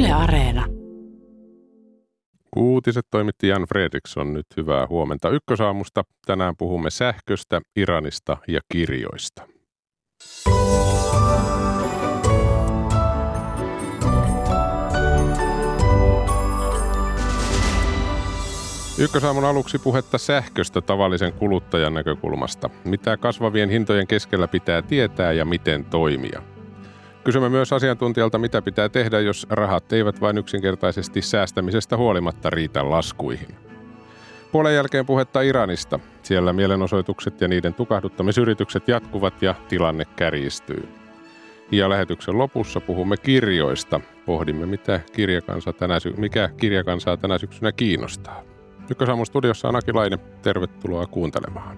Yle Areena. Uutiset toimitti Jan Fredriksson. Nyt hyvää huomenta Ykkösaamusta. Tänään puhumme sähköstä, Iranista ja kirjoista. Ykkösaamun aluksi puhetta sähköstä tavallisen kuluttajan näkökulmasta. Mitä kasvavien hintojen keskellä pitää tietää ja miten toimia? Kysymme myös asiantuntijalta, mitä pitää tehdä, jos rahat eivät vain yksinkertaisesti säästämisestä huolimatta riitä laskuihin. Puolen jälkeen puhetta Iranista. Siellä mielenosoitukset ja niiden tukahduttamisyritykset jatkuvat ja tilanne kärjistyy. Ja lähetyksen lopussa puhumme kirjoista. Pohdimme, mikä kirjakansaa tänä syksynä kiinnostaa. Ykkösaamun studiossa on Aki Laine. Tervetuloa kuuntelemaan.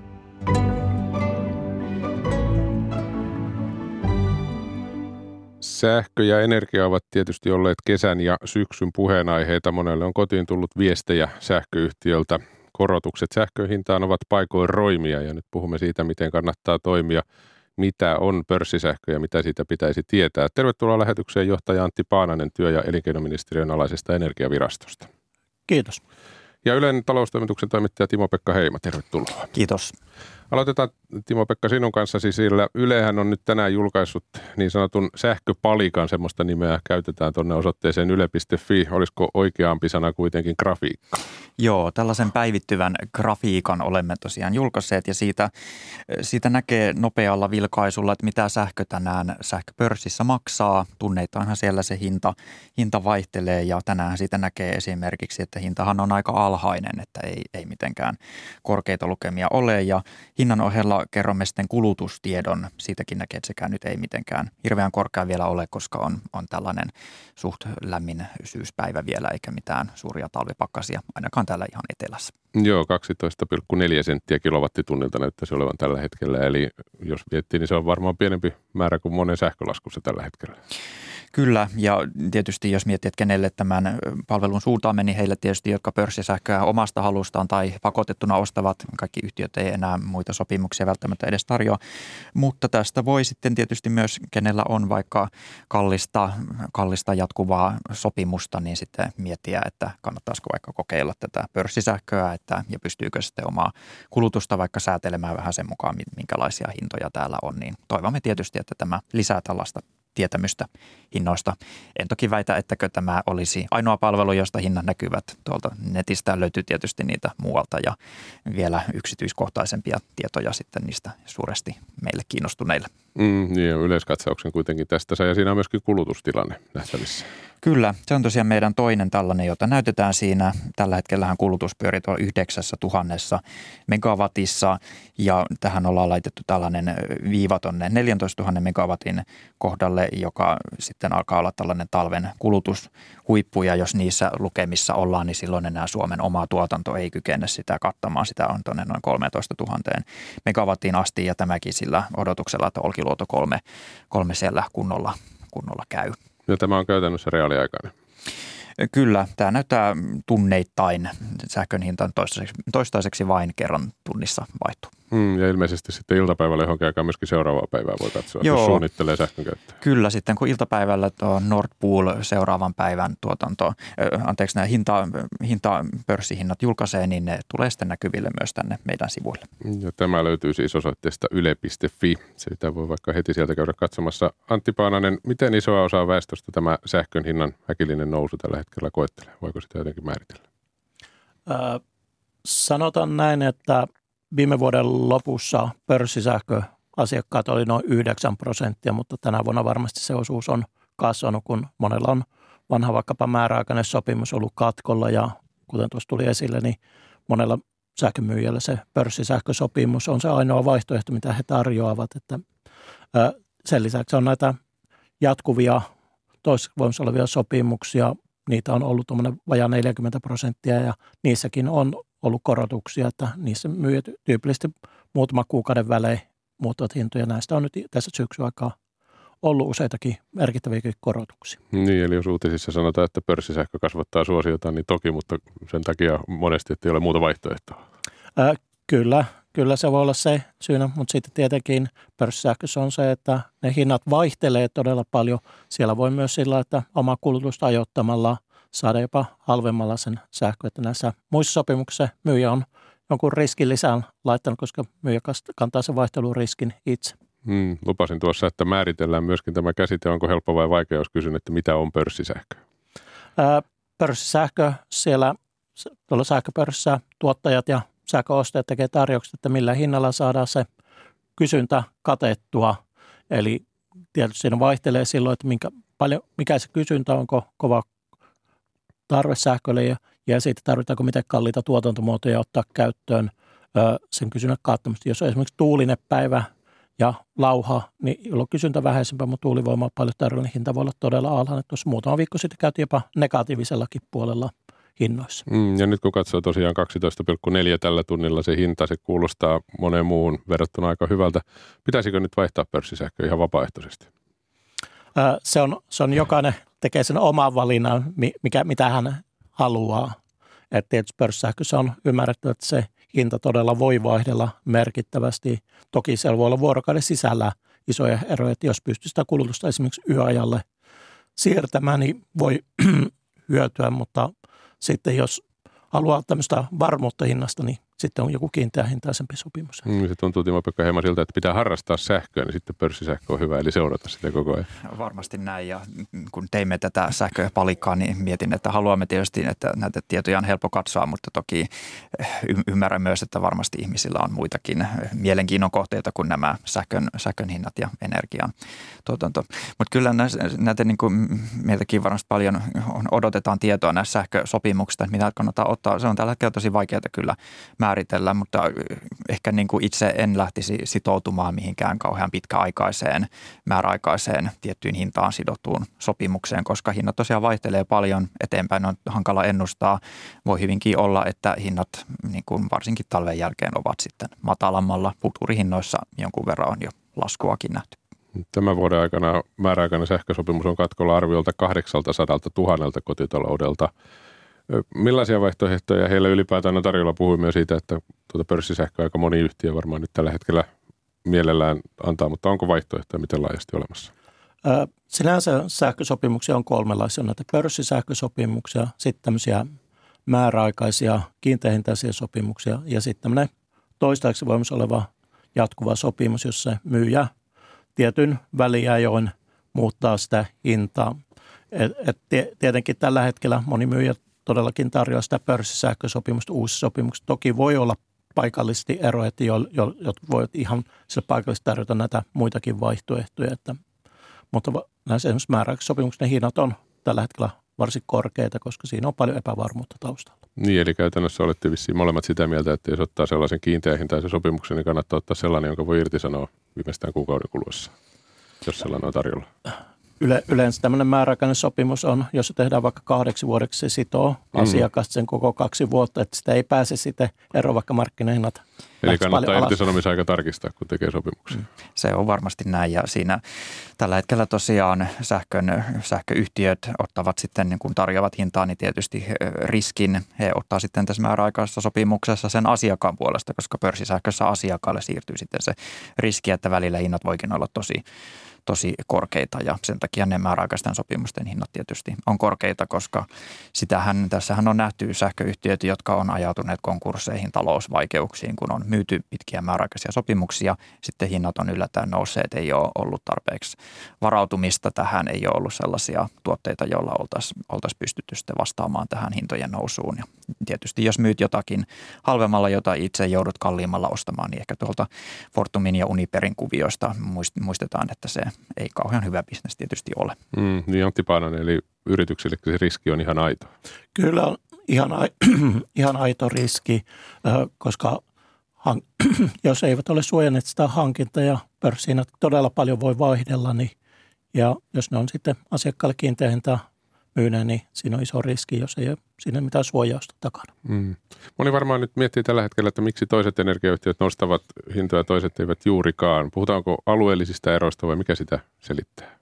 Sähkö ja energia ovat tietysti olleet kesän ja syksyn puheenaiheita. Monelle on kotiin tullut viestejä sähköyhtiöltä. Korotukset sähköhintaan ovat paikoin roimia ja nyt puhumme siitä, miten kannattaa toimia. Mitä on pörssisähkö ja mitä siitä pitäisi tietää. Tervetuloa lähetykseen johtaja Antti Paananen työ- ja elinkeinoministeriön alaisesta energiavirastosta. Kiitos. Ja Ylen taloustoimituksen toimittaja Timo-Pekka Heima, tervetuloa. Kiitos. Aloitetaan Timo-Pekka sinun kanssasi, sillä Ylehän on nyt tänään julkaissut niin sanotun sähköpalikan, semmoista nimeä käytetään tuonne osoitteeseen yle.fi. Olisiko oikeampi sana kuitenkin grafiikka? Joo, tällaisen päivittyvän grafiikan olemme tosiaan julkaisseet ja siitä näkee nopealla vilkaisulla, että mitä sähkö tänään sähköpörssissä maksaa. Tunneitaanhan siellä se hinta vaihtelee ja tänään siitä näkee esimerkiksi, että hintahan on aika alhainen, että ei mitenkään korkeita lukemia ole ja hinnan ohella kerromme sitten kulutustiedon. Siitäkin näkee, että sekään nyt ei mitenkään hirveän korkea vielä ole, koska on tällainen suht lämmin syyspäivä vielä eikä mitään suuria talvipakkasia, ainakaan täällä ihan etelässä. Joo, 12,4 senttiä kilowattitunnilta näyttäisi olevan tällä hetkellä. Eli jos miettii, niin se on varmaan pienempi määrä kuin monen sähkölaskussa tällä hetkellä. Kyllä, ja tietysti jos miettii, että kenelle tämän palvelun suuntaamme, niin heille tietysti, jotka pörssisähköä omasta halustaan tai pakotettuna ostavat, kaikki yhtiöt ei enää muita sopimuksia välttämättä edes tarjoa, mutta tästä voi sitten tietysti myös, kenellä on vaikka kallista jatkuvaa sopimusta, niin sitten miettiä, että kannattaisiko vaikka kokeilla tätä pörssisähköä, ja pystyykö sitten omaa kulutusta vaikka säätelemään vähän sen mukaan, minkälaisia hintoja täällä on, niin toivomme tietysti, että tämä lisää tällaista tietämystä hinnoista. En toki väitä, ettäkö tämä olisi ainoa palvelu, josta hinnat näkyvät. Tuolta netistä löytyy tietysti niitä muualta ja vielä yksityiskohtaisempia tietoja sitten niistä suuresti meille kiinnostuneille. Niin, yleiskatsauksen kuitenkin tästä sai ja siinä on myöskin kulutustilanne nähtävissä. Kyllä, se on tosiaan meidän toinen tällainen, jota näytetään siinä. Tällä hetkellähän kulutus pyörii tuolla 9,000 megawattissa ja tähän ollaan laitettu tällainen viiva tonne 14 000 megawatin kohdalle, joka sitten alkaa olla tällainen talven kulutushuippu ja jos niissä lukemissa ollaan, niin silloin enää Suomen oma tuotanto ei kykene sitä kattamaan. Sitä on tuonne noin 13 000 megawattiin asti ja tämäkin sillä odotuksella, että Olkiluoto 3 siellä kunnolla käy. Ja tämä on käytännössä reaaliaikainen. Kyllä, tämä näyttää tunneittain. Sähkön hinta toistaiseksi vain kerran tunnissa vaihtuu. Ja ilmeisesti sitten iltapäivällä johonkin aikaan myöskin seuraavaa päivää voi katsoa, jos suunnittelee sähkön käyttöä. Kyllä, sitten kun iltapäivällä tuo Nord Pool seuraavan päivän nämä pörssihinnat julkaisee, niin ne tulee sitten näkyville myös tänne meidän sivuille. Ja tämä löytyy siis osoitteesta yle.fi. Sitä voi vaikka heti sieltä käydä katsomassa. Antti Paananen, miten isoa osaa väestöstä tämä sähkön hinnan äkillinen nousu tällä hetkellä koettelee? Voiko sitä jotenkin määritellä? Sanotaan näin, että viime vuoden lopussa pörssisähköasiakkaat oli noin 9%, mutta tänä vuonna varmasti se osuus on kasvanut, kun monella on vanha vaikkapa määräaikainen sopimus ollut katkolla ja kuten tuossa tuli esille, niin monella sähkömyyjällä se pörssisähkösopimus on se ainoa vaihtoehto, mitä he tarjoavat. Että, sen lisäksi on näitä jatkuvia toisvoimassa olevia sopimuksia, niitä on ollut tuommoinen vajaa 40% ja niissäkin on ollut korotuksia, että niissä myyjät tyypillisesti muutama kuukauden välein muuttavat hintoja. Näistä on nyt tässä syksyn aikaa ollut useitakin merkittäviäkin korotuksia. Niin, eli jos uutisissa sanotaan, että pörssisähkö kasvattaa suosiota, niin toki, mutta sen takia monesti, että ei ole muuta vaihtoehtoa. Kyllä, Kyllä se voi olla se syynä, mutta sitten tietenkin pörssisähkössä on se, että ne hinnat vaihtelee todella paljon. Siellä voi myös sillä, että oma kulutusta ajoittamalla saada jopa halvemmalla sen sähkö, että näissä muissa sopimuksissa myyjä on jonkun riskin lisään laittanut, koska myyjä kantaa sen vaihteluriskin itse. Lupasin tuossa, että määritellään myöskin tämä käsite, onko helppo vai vaikea, jos kysyn, että mitä on pörssisähkö? Pörssisähkö, siellä tuolla sähköpörssissä tuottajat ja sähköostajat tekee tarjoukset, että millä hinnalla saadaan se kysyntä katettua. Eli tietysti siinä vaihtelee silloin, että mikä se kysyntä on, onko kova tarve sähkölle ja siitä tarvitaanko miten kalliita tuotantomuotoja ottaa käyttöön sen kysynnän kattamista. Jos on esimerkiksi tuulinen päivä ja lauha, niin jolloin kysyntä vähäisempää, mutta tuulivoima on paljon tarjolla, niin hinta voi olla todella alhainen. Tuossa muutama viikko sitten käytiin jopa negatiivisellakin puolella hinnoissa. Ja nyt kun katsoo tosiaan 12,4 tällä tunnilla se hinta, se kuulostaa moneen muuhun verrattuna aika hyvältä. Pitäisikö nyt vaihtaa pörssisähköä ihan vapaaehtoisesti? Se on jokainen tekee sen oman valinnan, mitä hän haluaa. Et tietysti pörssisähkössä on ymmärretty, että se hinta todella voi vaihdella merkittävästi. Toki siellä voi olla vuorokauden sisällä isoja eroja, että jos pystyy sitä kulutusta esimerkiksi yöajalle siirtämään, niin voi hyötyä, mutta sitten jos haluaa tämmöistä varmuutta hinnasta, niin sitten on joku kiinteähintaisempi sopimus. Se tuntuu Timo-Pekka hieman siltä, että pitää harrastaa sähköä, niin sitten pörssisähkö on hyvä, eli seurata sitä koko ajan. Varmasti näin, ja kun teimme tätä sähköpalikkaa, niin mietin, että haluamme tietysti, että näitä tietoja on helppo katsoa, mutta toki ymmärrän myös, että varmasti ihmisillä on muitakin mielenkiinnon kohteita kuin nämä sähkön hinnat ja energian tuotanto. Mutta kyllä näitä niin kuin meiltäkin varmasti paljon odotetaan tietoa näistä sähkösopimuksista, että mitä kannattaa ottaa. Se on tällä hetkellä tosi vaikeaa kyllä määritellä, mutta ehkä niin kuin itse en lähtisi sitoutumaan mihinkään kauhean pitkäaikaiseen, määräaikaiseen tiettyyn hintaan sidottuun sopimukseen, koska hinnat tosiaan vaihtelee paljon eteenpäin, on hankala ennustaa. Voi hyvinkin olla, että hinnat niin kuin varsinkin talven jälkeen ovat sitten matalammalla. Futurihinnoissa jonkun verran on jo laskuakin nähty. Tämän vuoden aikana määräaikainen sähkösopimus on katkolla arviolta 800 000 kotitaloudelta. Millaisia vaihtoehtoja heillä ylipäätään on tarjolla? Puhuimme siitä, että pörssisähköä aika moni yhtiö varmaan nyt tällä hetkellä mielellään antaa, mutta onko vaihtoehtoja miten laajasti olemassa? Sinänsä sähkösopimuksia on kolmenlaisia. On näitä pörssisähkösopimuksia, sitten tämmöisiä määräaikaisia kiinteähintaisia sopimuksia ja sitten tämmöinen toistaiseksi voimassa oleva jatkuva sopimus, jossa myyjä tietyn väliajoin muuttaa sitä hintaa. Tietenkin tällä hetkellä moni myyjä todellakin tarjoaa sitä pörssisähkösopimusta uusissa sopimuksissa. Toki voi olla paikallisesti eroja, että jotkut voivat ihan sillä paikallisesti tarjota näitä muitakin vaihtoehtoja. Mutta näissä esimerkiksi määräaikaisissa hinnat on tällä hetkellä varsin korkeita, koska siinä on paljon epävarmuutta taustalla. Niin, eli käytännössä olette vissiin molemmat sitä mieltä, että jos ottaa sellaisen kiinteähintaisen sopimuksen, niin kannattaa ottaa sellainen, jonka voi irtisanoa viimeistään kuukauden kuluessa, jos sellainen on tarjolla. Yleensä tämmöinen määräaikainen sopimus on, jos se tehdään vaikka 2 vuodeksi, se sitoo asiakasta sen koko 2 vuotta, että sitä ei pääse sitten eroon, vaikka markkinahinnat. Eli kannattaa irtisanomisaika tarkistaa, kun tekee sopimuksia. Se on varmasti näin, ja siinä tällä hetkellä tosiaan sähköyhtiöt ottavat sitten, niin kun tarjoavat hintaa, niin tietysti riskin. He ottaa sitten tässä määräaikaisessa sopimuksessa sen asiakkaan puolesta, koska pörssisähkössä asiakkaalle siirtyy sitten se riski, että välillä hinnat voikin olla tosi korkeita, ja sen takia ne määräaikaisten sopimusten hinnat tietysti on korkeita, koska tässähän on nähty sähköyhtiöitä, jotka on ajautuneet konkursseihin, talousvaikeuksiin, kun on myyty pitkiä määräaikaisia sopimuksia. Sitten hinnat on yllättäen nousseet, ei ole ollut tarpeeksi varautumista tähän, ei ole ollut sellaisia tuotteita, joilla oltaisiin pystytty sitten vastaamaan tähän hintojen nousuun. Ja tietysti jos myyt jotakin halvemmalla, jota itse joudut kalliimmalla ostamaan, niin ehkä tuolta Fortumin ja Uniperin kuvioista muistetaan, että se ei kauhean hyvä bisnes tietysti ole. Niin Antti Paananen, eli yrityksille se riski on ihan aito. Kyllä on ihan aito riski, koska jos eivät ole suojanneet sitä hankintaa ja pörssihinnat todella paljon voi vaihdella, niin, ja jos ne on sitten asiakkaalle kiinteähintaa myyneen, niin siinä on iso riski, jos ei ole siinä mitään suojausta takana. Moni varmaan nyt miettii tällä hetkellä, että miksi toiset energiayhtiöt nostavat hintoja, toiset eivät juurikaan. Puhutaanko alueellisista eroista vai mikä sitä selittää?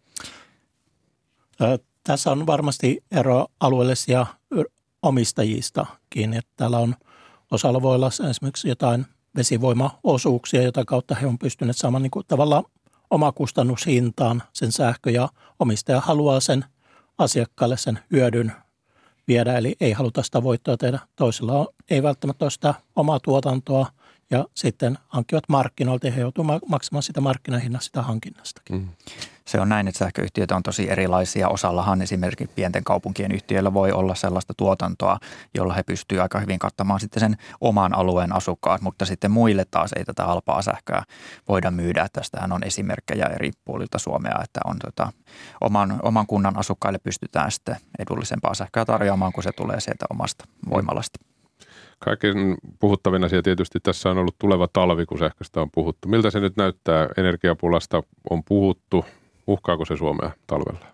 Tässä on varmasti ero alueellisia omistajistakin. Että täällä on osalla voi olla esimerkiksi jotain vesivoimaosuuksia, jota kautta he on pystyneet saamaan niin kuin tavallaan omakustannushintaan sen sähkö ja omistaja haluaa sen asiakkaalle sen hyödyn viedä, eli ei haluta sitä voittoa tehdä. Toisella ei välttämättä ole sitä omaa tuotantoa ja sitten hankkivat markkinoilta ja he joutuvat maksamaan sitä markkinahinnasta sitä hankinnastakin. Se on näin, että sähköyhtiöt on tosi erilaisia. Osallahan esimerkiksi pienten kaupunkien yhtiöillä voi olla sellaista tuotantoa, jolla he pystyvät aika hyvin kattamaan sitten sen oman alueen asukkaat, mutta sitten muille taas ei tätä halpaa sähköä voida myydä. Tästähän on esimerkkejä eri puolilta Suomea, että on oman kunnan asukkaille pystytään sitten edullisempaa sähköä tarjoamaan, kun se tulee sieltä omasta voimalasta. Kaikkein puhuttavin asia tietysti tässä on ollut tuleva talvi, kun sähköstä on puhuttu. Miltä se nyt näyttää? Energiapulasta on puhuttu. Uhkaako se Suomea talvella?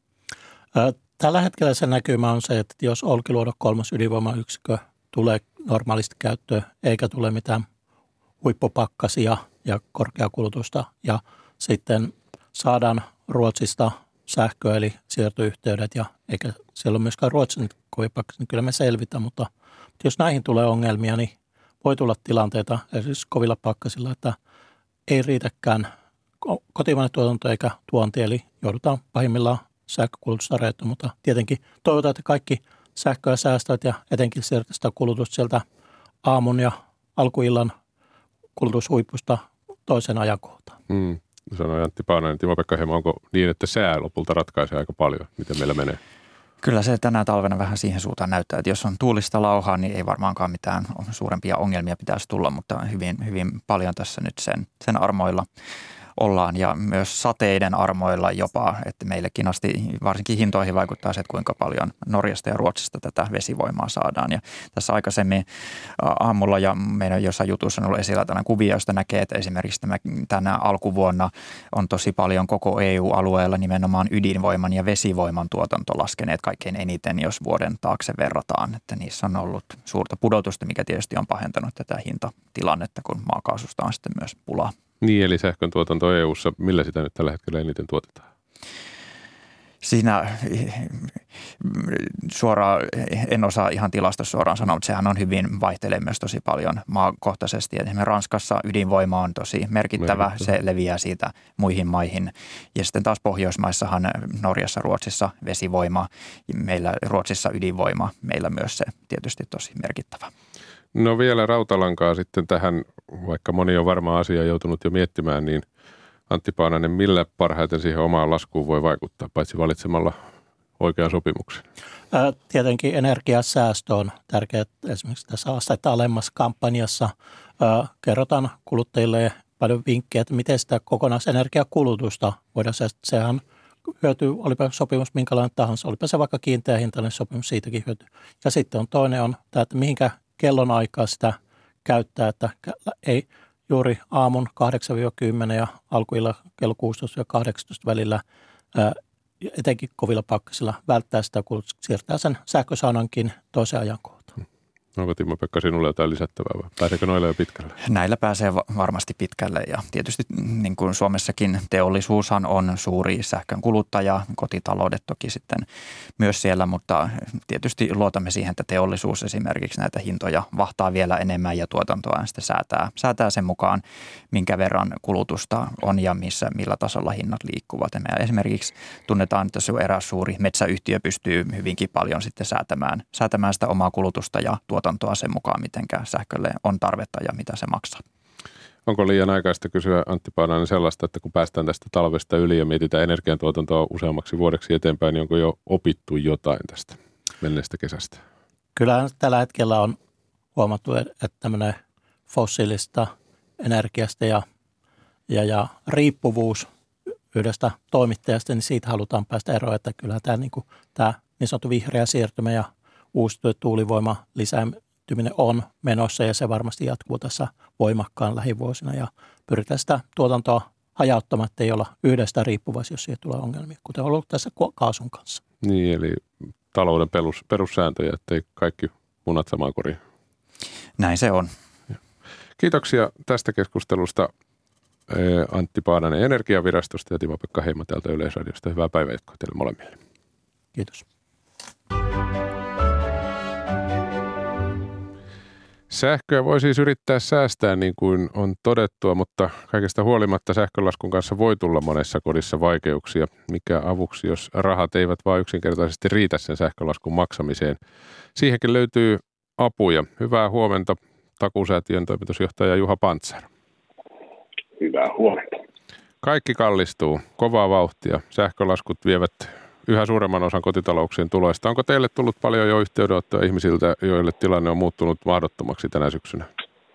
Tällä hetkellä se näkymä on se, että jos Olkiluodon 3. ydinvoimayksikkö tulee normaalisti käyttöön, eikä tule mitään huippupakkasia ja korkeakulutusta, ja sitten saadaan Ruotsista sähköä, eli siirtoyhteydet, ja eikä siellä ole myöskään Ruotsin kovin pakkasia, niin kyllä me selvitään, mutta jos näihin tulee ongelmia, niin voi tulla tilanteita esimerkiksi kovilla pakkasilla, että ei riitäkään kotimainen tuotanto eikä tuonti, eli joudutaan pahimmillaan sähkökulutusta rajoittamaan, mutta tietenkin toivotaan, että kaikki sähköä säästävät ja etenkin siirtää sitä kulutusta sieltä aamun ja alkuillan kulutushuipusta toisen ajankohtaan. Sanoi Antti Paananen. Timo-Pekka Heimo, onko niin, että sää lopulta ratkaisee aika paljon, miten meillä menee? Kyllä se tänä talvena vähän siihen suuntaan näyttää, että jos on tuulista lauhaa, niin ei varmaankaan mitään suurempia ongelmia pitäisi tulla, mutta hyvin, hyvin paljon tässä nyt sen armoilla ollaan ja myös sateiden armoilla jopa, että meillekin asti varsinkin hintoihin vaikuttaa se, että kuinka paljon Norjasta ja Ruotsista tätä vesivoimaa saadaan. Ja tässä aikaisemmin aamulla ja meidän jossain jutussa on ollut esillä tällainen kuvio, josta näkee, että esimerkiksi tänä alkuvuonna on tosi paljon koko EU-alueella nimenomaan ydinvoiman ja vesivoiman tuotanto laskeneet kaikkein eniten, jos vuoden taakse verrataan, että niissä on ollut suurta pudotusta, mikä tietysti on pahentanut tätä hintatilannetta, kun maakaasusta on sitten myös pulaa. Niin, eli sähkön tuotanto EU:ssa, millä sitä nyt tällä hetkellä eniten tuotetaan? Siinä suoraan, en osaa ihan tilastossa suoraan sanoa, mutta sehän on hyvin, vaihtelee myös tosi paljon maakohtaisesti. Esimerkiksi Ranskassa ydinvoima on tosi merkittävä, se leviää siitä muihin maihin. Ja sitten taas Pohjoismaissahan, Norjassa, Ruotsissa vesivoima, meillä Ruotsissa ydinvoima, meillä myös se tietysti tosi merkittävä. No vielä rautalankaa sitten tähän, vaikka moni on varmaan asiaa joutunut jo miettimään, niin Antti Paananen, millä parhaiten siihen omaan laskuun voi vaikuttaa, paitsi valitsemalla oikean sopimuksen? Tietenkin energiasäästö on tärkeää. Esimerkiksi tässä Astetta alemmas -kampanjassa kerrotaan kuluttajille paljon vinkkejä, että miten sitä kokonaisenergiakulutusta voidaan säästää. Sehän hyötyy, olipa sopimus minkälainen tahansa, olipa se vaikka kiinteähintainen sopimus, siitäkin hyötyy. Ja sitten toinen on tämä, että mihinkä kellonaikaa sitä käyttää, että ei juuri aamun 8-10 ja alkuilla kello 16-18 välillä etenkin kovilla pakkasilla välttää sitä kulutusta, siirtää sen sähkösaunankin toiseen ajankohtaan. Onko Timo-Pekka sinulle jotain lisättävää vai pääseekö noilla jo pitkälle? Näillä pääsee varmasti pitkälle ja tietysti niin kuin Suomessakin teollisuushan on suuri sähkön kuluttaja, kotitaloudet toki sitten myös siellä, mutta tietysti luotamme siihen, että teollisuus esimerkiksi näitä hintoja vahtaa vielä enemmän ja tuotantoa sitten säätää sen mukaan, minkä verran kulutusta on ja millä tasolla hinnat liikkuvat. Ja me esimerkiksi tunnetaan, että se eräs suuri metsäyhtiö pystyy hyvinkin paljon sitten säätämään sitä omaa kulutusta ja tuotantoa sen mukaan, mitenkä sähkölle on tarvetta ja mitä se maksaa. Onko liian aikaista kysyä, Antti Paananen, sellaista, että kun päästään tästä talvesta yli ja mietitään energiantuotantoa useammaksi vuodeksi eteenpäin, niin onko jo opittu jotain tästä menneestä kesästä? Kyllä tällä hetkellä on huomattu, että tämmöinen fossiilista energiasta ja riippuvuus yhdestä toimittajasta, niin siitä halutaan päästä eroon, että kyllä tämä niin sanottu vihreä siirtymä ja uusi tuulivoima lisääntyminen on menossa ja se varmasti jatkuu tässä voimakkaan lähivuosina ja pyritään sitä tuotantoa hajauttamaan, ettei olla yhdestä riippuvaisia, jos siihen tulee ongelmia, kuten on ollut tässä kaasun kanssa. Niin, eli talouden perussääntöjä, ettei kaikki munat samaan koriin. Näin se on. Kiitoksia tästä keskustelusta Antti Paananen Energiavirastosta ja Timo-Pekka Heimo täältä Yleisradiosta. Hyvää päivänjatkoa teille molemmille. Kiitos. Sähköä voi siis yrittää säästää niin kuin on todettua, mutta kaikesta huolimatta sähkölaskun kanssa voi tulla monessa kodissa vaikeuksia. Mikä avuksi, jos rahat eivät vain yksinkertaisesti riitä sen sähkölaskun maksamiseen. Siihenkin löytyy apuja. Hyvää huomenta, Takuusäätiön toimitusjohtaja Juha Pantsar. Hyvää huomenta. Kaikki kallistuu, kovaa vauhtia. Sähkölaskut vievät yhä suuremman osan kotitalouksien tuloista. Onko teille tullut paljon jo yhteydenottoja ihmisiltä, joille tilanne on muuttunut mahdottomaksi tänä syksynä?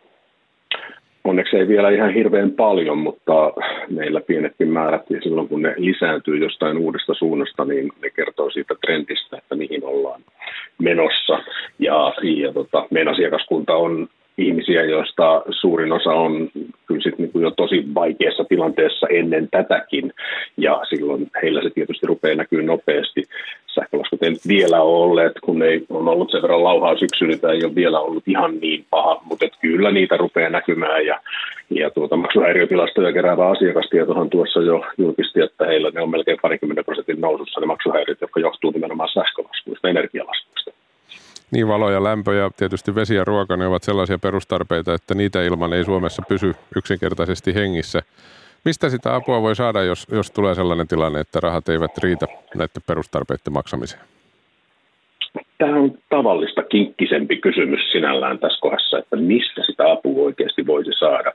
Onneksi ei vielä ihan hirveän paljon, mutta meillä pienetkin määrät, ja silloin kun ne lisääntyy jostain uudesta suunnasta, niin ne kertoo siitä trendistä, että mihin ollaan menossa. Ja meidän asiakaskunta on ihmisiä, joista suurin osa on kyllä sit niin kuin jo tosi vaikeassa tilanteessa ennen tätäkin, ja silloin heillä se tietysti rupeaa näkyy nopeasti. Sähkölaskut ei vielä ole olleet, kun ei on ollut sen verran lauhaa syksy, niin tämä ei ole vielä ollut ihan niin paha, mutta kyllä niitä rupeaa näkymään, ja maksuhäiriötilastoja keräävä asiakastietohan tuossa jo julkisti, että heillä ne on melkein 20% nousussa ne maksuhäiriöt, jotka johtuu nimenomaan sähkölaskuista, energialaskuista. Niin, valo ja lämpö ja tietysti vesi ja ruoka, ne ovat sellaisia perustarpeita, että niitä ilman ei Suomessa pysy yksinkertaisesti hengissä. Mistä sitä apua voi saada, jos tulee sellainen tilanne, että rahat eivät riitä näiden perustarpeiden maksamiseen? Tämä on tavallista kinkkisempi kysymys sinällään tässä kohdassa, että mistä sitä apua oikeasti voisi saada.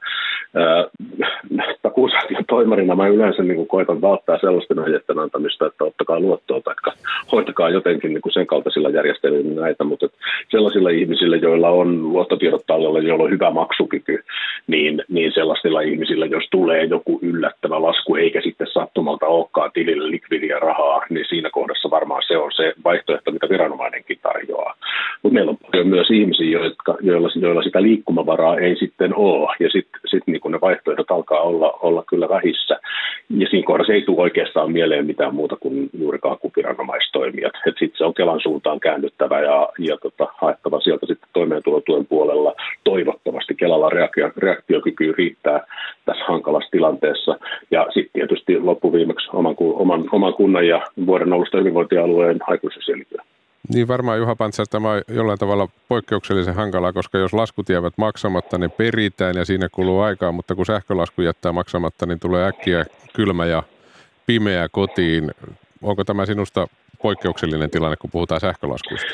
Takuusäätiön toimarina mä yleensä niin koitan välttää sellaisten ohjeiden antamista, että ottakaa luottoa tai hoitakaa jotenkin niin sen kaltaisilla järjestelmillä näitä, mutta sellaisilla ihmisillä, joilla on luottotiedot tallella, joilla on hyvä maksukyky, niin sellaisilla ihmisillä, jos tulee joku yllättävä lasku eikä sitten sattumalta olekaan tilille likvidiä rahaa, niin siinä kohdassa varmaan se on se vaihtoehto, mitä viranomainenkin tarjoaa. Mutta meillä on paljon myös ihmisiä, joilla sitä liikkumavaraa ei sitten ole, ja sitten niin ne vaihtoehdot alkaa olla kyllä vähissä. Ja siinä kohdassa ei tule oikeastaan mieleen mitään muuta kuin juurikaan kuin viranomaistoimijat. Sitten se on Kelan suuntaan käännyttävä ja haettava sieltä sitten toimeentulotuen puolella. Toivottavasti Kelalla reaktiokyky riittää tässä hankalassa tilanteessa. Ja sitten tietysti loppuviimeksi oman kunnan ja vuoden alusta hyvinvointialueen aikuissosiaalityö. Niin varmaan Juha Pantsar, tämä on jollain tavalla poikkeuksellisen hankalaa, koska jos laskut jäävät maksamatta, ne peritään ja siinä kuluu aikaa, mutta kun sähkölasku jättää maksamatta, niin tulee äkkiä kylmä ja pimeä kotiin. Onko tämä sinusta poikkeuksellinen tilanne, kun puhutaan sähkölaskuista?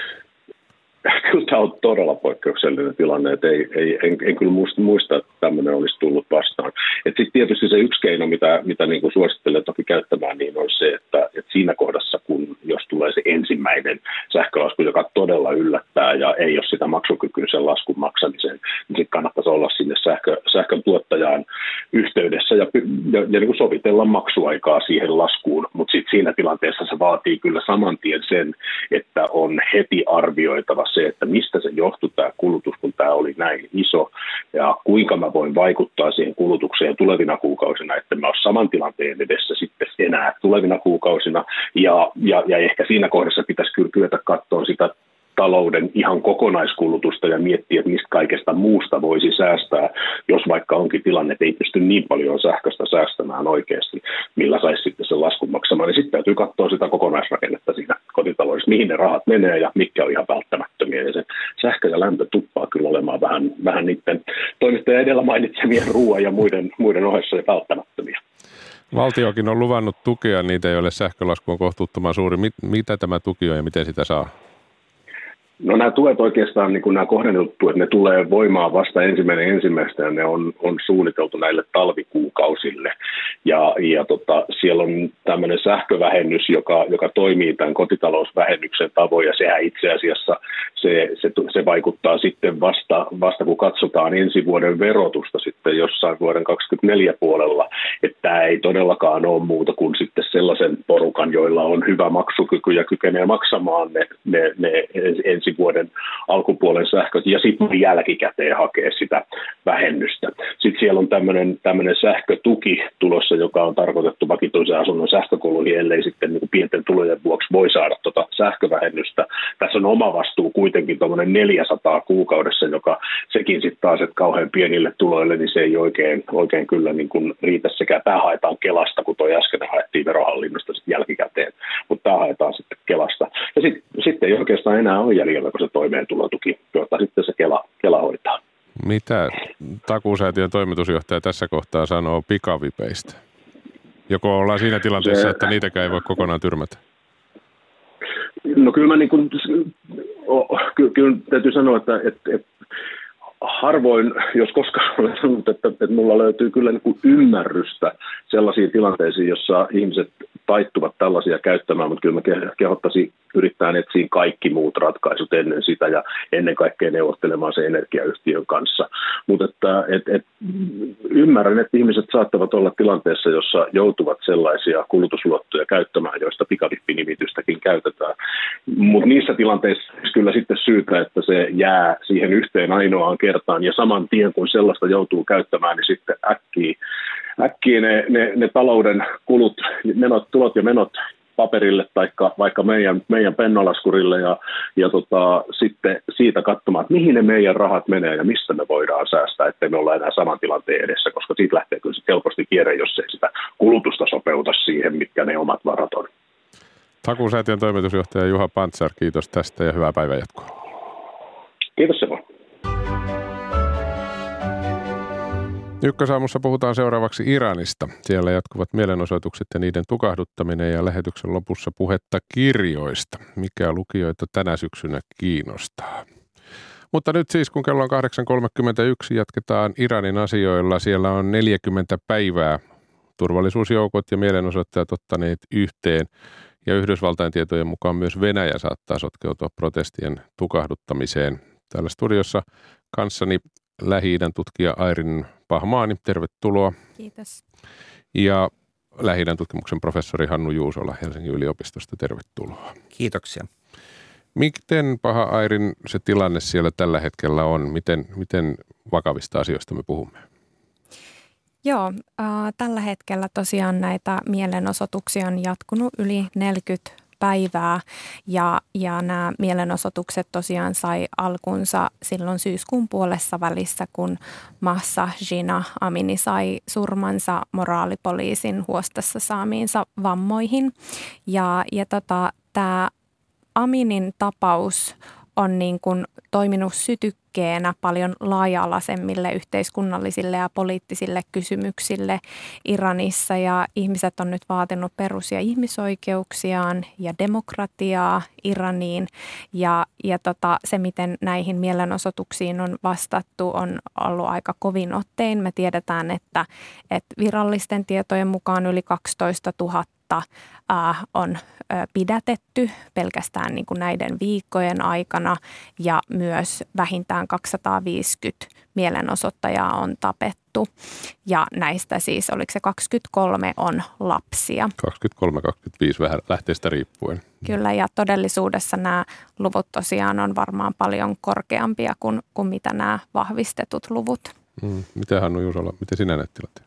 Kyllä tämä on todella poikkeuksellinen tilanne, että en kyllä muista, että tämmöinen olisi tullut vastaan. Sitten tietysti se yksi keino, mitä niin kuin suosittelen toki käyttämään, niin on se, että siinä kohdassa, jos tulee se ensimmäinen sähkölasku, joka todella yllättää ja ei ole sitä maksukykyä sen laskun maksamiseen, niin sitten kannattaisi olla sinne sähkön tuottajaan yhteydessä ja niin kuin sovitella maksuaikaa siihen laskuun. Mutta sitten siinä tilanteessa se vaatii kyllä saman tien sen, että on heti arvioitava se, että mistä se johtui tämä kulutus, kun tämä oli näin iso, ja kuinka mä voin vaikuttaa siihen kulutukseen tulevina kuukausina, että mä olen saman tilanteen edessä sitten enää tulevina kuukausina, ja ehkä siinä kohdassa pitäisi kyllä kyetä katsoa sitä talouden ihan kokonaiskulutusta ja miettiä, että mistä kaikesta muusta voisi säästää, jos vaikka onkin tilanne, että ei pysty niin paljon sähköstä säästämään oikeasti, millä saisi sitten sen laskun maksamaan, niin sitten täytyy katsoa sitä kokonaisrakennetta siinä kotitaloudessa, mihin ne rahat menee ja mitkä on ihan välttämättömiä. Ja se sähkö ja lämpö tuppaa kyllä olemaan vähän niiden toimittajan edellä mainitsemien ruoan ja muiden ohessa ja välttämättömiä. Valtiokin on luvannut tukea niitä, joille sähkölasku on kohtuuttoman suuri. Mitä tämä tuki on ja miten sitä saa? No nämä tuet oikeastaan, niin kuin nämä kohdennetut tuet, ne tulee voimaan vasta 1.1. ja ne on suunniteltu näille talvikuukausille. Ja siellä on tämmöinen sähkövähennys, joka toimii tämän kotitalousvähennyksen tavoin, ja sehän itse asiassa se vaikuttaa sitten vasta kun katsotaan ensi vuoden verotusta sitten jossain vuoden 2024 puolella, että tämä ei todellakaan ole muuta kuin sitten sellaisen porukan, joilla on hyvä maksukyky ja kykenee maksamaan ne ensi vuoden alkupuolen sähköt ja sitten jälkikäteen hakee sitä vähennystä. Sitten siellä on tämmöinen sähkötuki tulossa, joka on tarkoitettu vakituisen asunnon sähkökuluihin, ellei sitten niin kuin pienten tulojen vuoksi voi saada sähkövähennystä. Tässä on oma vastuu kuitenkin tuommoinen 400 kuukaudessa, joka sekin sitten taas, että kauhean pienille tuloille, niin se ei oikein kyllä niin kuin riitä sekä tämä haetaan Kelasta, kun tuo äsken haettiin Verohallinnosta sitten jälkikäteen, mutta tämä haetaan sitten Kelasta. Ja sitten ei oikeastaan enää ole jäljellä, kun se toimeentulotuki, jota sitten se Kela hoitaa. Mitä Takuusäätiön toimitusjohtaja tässä kohtaa sanoo pikavipeistä? Joko ollaan siinä tilanteessa, että niitäkään ei voi kokonaan tyrmätä? No kyllä mä kyllä täytyy sanoa, että harvoin, jos koskaan olen sanonut, että mulla löytyy kyllä ymmärrystä sellaisiin tilanteisiin, jossa ihmiset taittuvat tällaisia käyttämään, mutta kyllä mä kehottaisin yrittää etsiä kaikki muut ratkaisut ennen sitä ja ennen kaikkea neuvottelemaan se energiayhtiön kanssa. Mutta ymmärrän, että ihmiset saattavat olla tilanteessa, jossa joutuvat sellaisia kulutusluottoja käyttämään, joista pikavippinimitystäkin käytetään. Mutta niissä tilanteissa kyllä sitten syytä, että se jää siihen yhteen ainoaan kertaan ja saman tien kun sellaista joutuu käyttämään, niin sitten äkkiä ne talouden kulut, tulot ja menot paperille tai vaikka meidän pennolaskurille ja sitten siitä katsomaan, että mihin ne meidän rahat menee ja missä me voidaan säästää, ettei me olla enää saman tilanteen edessä, koska siitä lähtee kyllä helposti kierre, jos ei sitä kulutusta sopeuta siihen, mitkä ne omat varat on. Takuusäätiön toimitusjohtaja Juha Pantsar, kiitos tästä ja hyvää päivänjatkoa. Kiitos Simo. Ykkösaamussa puhutaan seuraavaksi Iranista. Siellä jatkuvat mielenosoitukset ja niiden tukahduttaminen ja lähetyksen lopussa puhetta kirjoista, mikä lukijoita tänä syksynä kiinnostaa. Mutta nyt siis, kun kello on 8.31, jatketaan Iranin asioilla. Siellä on 40 päivää turvallisuusjoukot ja mielenosoittajat ottaneet yhteen. Ja Yhdysvaltain tietojen mukaan myös Venäjä saattaa sotkeutua protestien tukahduttamiseen. Täällä studiossa kanssani Lähi-idän tutkija Airin Pahmaani, tervetuloa. Kiitos. Ja Lähi-idän tutkimuksen professori Hannu Juusola Helsingin yliopistosta, tervetuloa. Kiitoksia. Miten, Paha Airin, se tilanne siellä tällä hetkellä on? Miten vakavista asioista me puhumme? Joo, tällä hetkellä tosiaan näitä mielenosoituksia on jatkunut yli 40 päivää ja nämä mielenosoitukset tosiaan sai alkunsa silloin syyskuun puolessa välissä, kun Mahsa Jina Amini sai surmansa moraalipoliisin huostassa saamiinsa vammoihin. Ja tämä Aminin tapaus on niin kuin toiminut sytykkeenä paljon laaja-alaisemmille yhteiskunnallisille ja poliittisille kysymyksille Iranissa. Ja ihmiset on nyt vaatinut perus- ja ihmisoikeuksiaan ja demokratiaa Iraniin. Ja se, miten näihin mielenosoituksiin on vastattu, on ollut aika kovin ottein. Me tiedetään, että virallisten tietojen mukaan yli 12 000 on pidätetty pelkästään niin kuin näiden viikkojen aikana ja myös vähintään 250 mielenosoittajaa on tapettu. Ja näistä siis, oliko se 23 on lapsia. 23-25 vähän lähteestä riippuen. Kyllä, ja todellisuudessa nämä luvut tosiaan on varmaan paljon korkeampia kuin mitä nämä vahvistetut luvut. Miten Hannu Juusola, miten sinä näet tilanteen?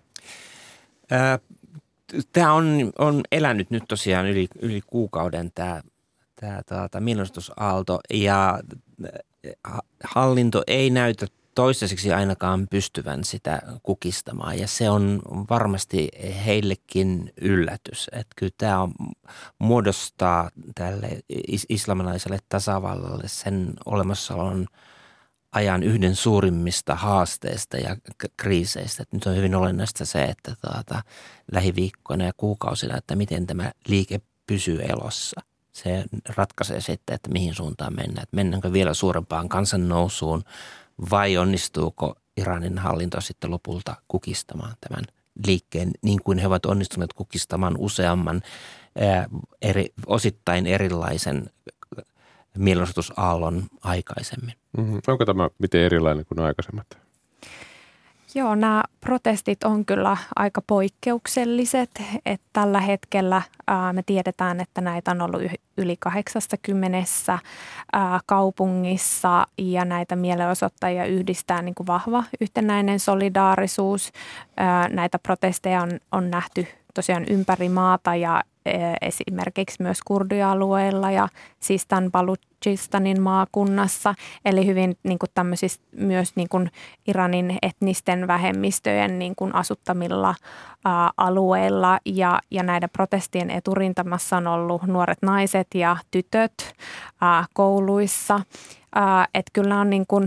Tämä on elänyt nyt tosiaan yli kuukauden tämä mielenosoitusaalto ja hallinto ei näytä toistaiseksi ainakaan pystyvän sitä kukistamaan ja se on varmasti heillekin yllätys. Että kyllä tämä muodostaa tälle islamilaiselle tasavallalle sen olemassaolon ajan yhden suurimmista haasteista ja kriiseistä. Nyt on hyvin olennaista se, että lähiviikkoina ja kuukausina, että miten tämä liike pysyy elossa. Se ratkaisee sitten, että mihin suuntaan mennään. Että mennäänkö vielä suurempaan kansannousuun vai onnistuuko Iranin hallinto sitten lopulta kukistamaan tämän liikkeen niin kuin he ovat onnistuneet kukistamaan useamman osittain erilaisen mielenosoitusaallon aikaisemmin. Onko tämä miten erilainen kuin aikaisemmat? Joo, nämä protestit on kyllä aika poikkeukselliset. Että tällä hetkellä me tiedetään, että näitä on ollut yli 80 kaupungissa ja näitä mielenosoittajia yhdistää niin kuin vahva yhtenäinen solidaarisuus. Näitä protesteja on nähty tosiaan ympäri maata ja esimerkiksi myös kurdialueilla ja Sistan Baluchistanin maakunnassa, eli hyvin niin kuin tämmöisissä myös niin kuin Iranin etnisten vähemmistöjen niin kuin asuttamilla alueilla ja näiden protestien eturintamassa on ollut nuoret naiset ja tytöt kouluissa. Että kyllä on niin kuin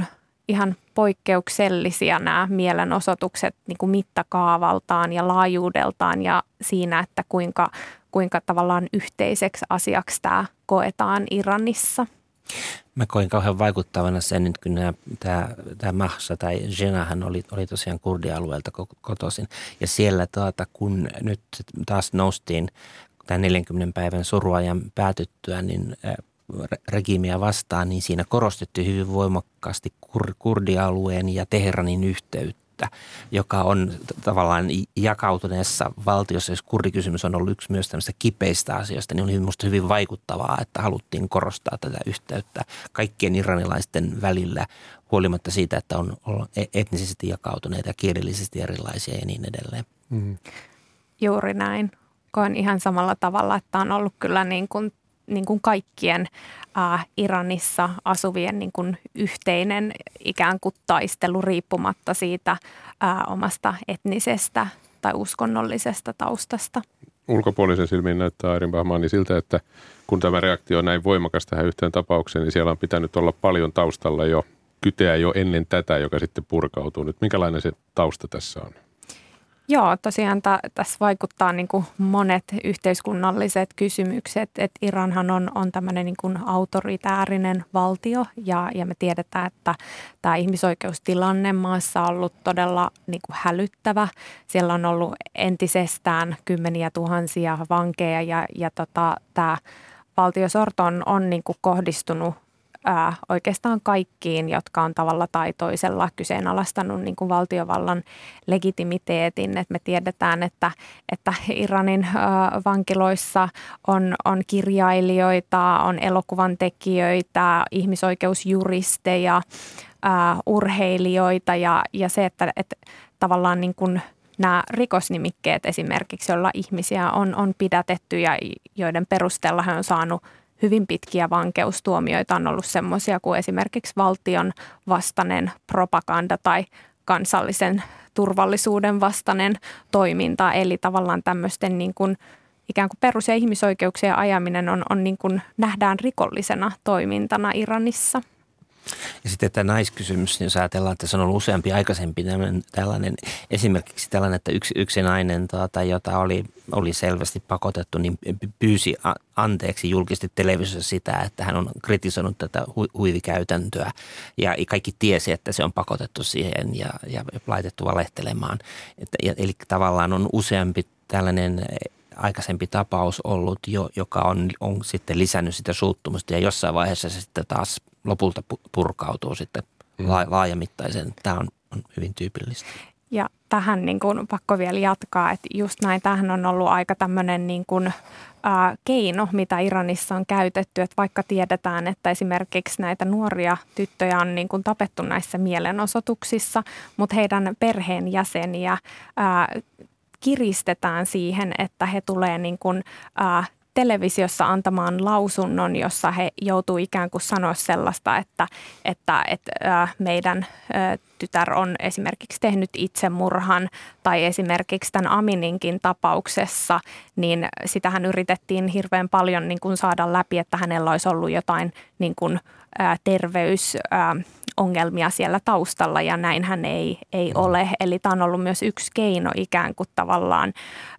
ihan poikkeuksellisia nämä mielenosoitukset niin kuin mittakaavaltaan ja laajuudeltaan ja siinä, että kuinka tavallaan yhteiseksi asiaksi tämä koetaan Iranissa. Mä koin kauhean vaikuttavana sen, että kun tämä Mahsa tai Jenahan oli tosiaan kurdialueelta kotoisin. Ja siellä kun nyt taas noustiin tämän 40 päivän soruajan päätyttyä, niin regiimiä vastaan, niin siinä korostettiin hyvin voimakkaasti kurdialueen ja Teheranin yhteyttä, joka on tavallaan jakautuneessa valtiossa, jos kurdikysymys on ollut yksi myös tämmöistä kipeistä asioista, niin oli minusta hyvin vaikuttavaa, että haluttiin korostaa tätä yhteyttä kaikkien iranilaisten välillä, huolimatta siitä, että on etnisesti jakautuneita ja kielellisesti erilaisia ja niin edelleen. Mm. Juuri näin. Koen ihan samalla tavalla, että on ollut kyllä niin kuin kaikkien Iranissa asuvien niin kuin yhteinen ikään kuin taistelu riippumatta siitä omasta etnisestä tai uskonnollisesta taustasta. Ulkopuolisen silmiin näyttää Airin Bahmani siltä, että kun tämä reaktio on näin voimakas tähän yhteen tapaukseen, niin siellä on pitänyt olla paljon taustalla kyteä jo ennen tätä, joka sitten purkautuu nyt. Minkälainen se tausta tässä on? Joo, tosiaan tässä vaikuttaa niin kuin monet yhteiskunnalliset kysymykset, että Iranhan on tämmöinen niin kuin autoritäärinen valtio ja me tiedetään, että tämä ihmisoikeustilanne maassa on ollut todella niin kuin hälyttävä. Siellä on ollut entisestään kymmeniä tuhansia vankeja ja tämä valtiosorto on niin kuin kohdistunut oikeastaan kaikkiin, jotka on tavalla tai toisella kyseenalaistanut niin kuin valtiovallan legitimiteetin. Et me tiedetään, että Iranin vankiloissa on kirjailijoita, on elokuvan tekijöitä, ihmisoikeusjuristeja, urheilijoita ja se, että tavallaan niin kuin nämä rikosnimikkeet esimerkiksi, joilla ihmisiä on pidätetty ja joiden perusteella he on saanut hyvin pitkiä vankeustuomioita, on ollut semmoisia kuin esimerkiksi valtion vastainen propaganda tai kansallisen turvallisuuden vastainen toiminta. Eli tavallaan tämmöisten niin kuin ikään kuin perus- ja ihmisoikeuksien ajaminen on niin kuin nähdään rikollisena toimintana Iranissa. Ja sitten tämä naiskysymys, jos ajatellaan, että se on ollut useampi aikaisempi tällainen, esimerkiksi tällainen, että yksi nainen, jota oli selvästi pakotettu, niin pyysi anteeksi julkisesti televisiossa sitä, että hän on kritisoinut tätä huivikäytäntöä ja kaikki tiesi, että se on pakotettu siihen ja laitettu valehtelemaan. Eli tavallaan on useampi tällainen aikaisempi tapaus ollut jo, joka on sitten lisännyt sitä suuttumusta ja jossain vaiheessa se sitten taas lopulta purkautuu sitten laajamittaisen. Tämä on hyvin tyypillistä. Ja tähän niin kuin pakko vielä jatkaa, että just näin, tämähän on ollut aika tämmöinen niin kuin keino, mitä Iranissa on käytetty, että vaikka tiedetään, että esimerkiksi näitä nuoria tyttöjä on niin kuin tapettu näissä mielenosoituksissa, mutta heidän perheenjäseniä kiristetään siihen, että he tulee niin kuin televisiossa antamaan lausunnon, jossa he joutuu ikään kuin sanoa sellaista, että meidän tytär on esimerkiksi tehnyt itsemurhan tai esimerkiksi tämän Amininkin tapauksessa, niin sitähän yritettiin hirveän paljon niin kuin saada läpi, että hänellä olisi ollut jotain niin kuin terveysongelmia siellä taustalla ja näinhän ei ole. Eli tämä on ollut myös yksi keino ikään kuin tavallaan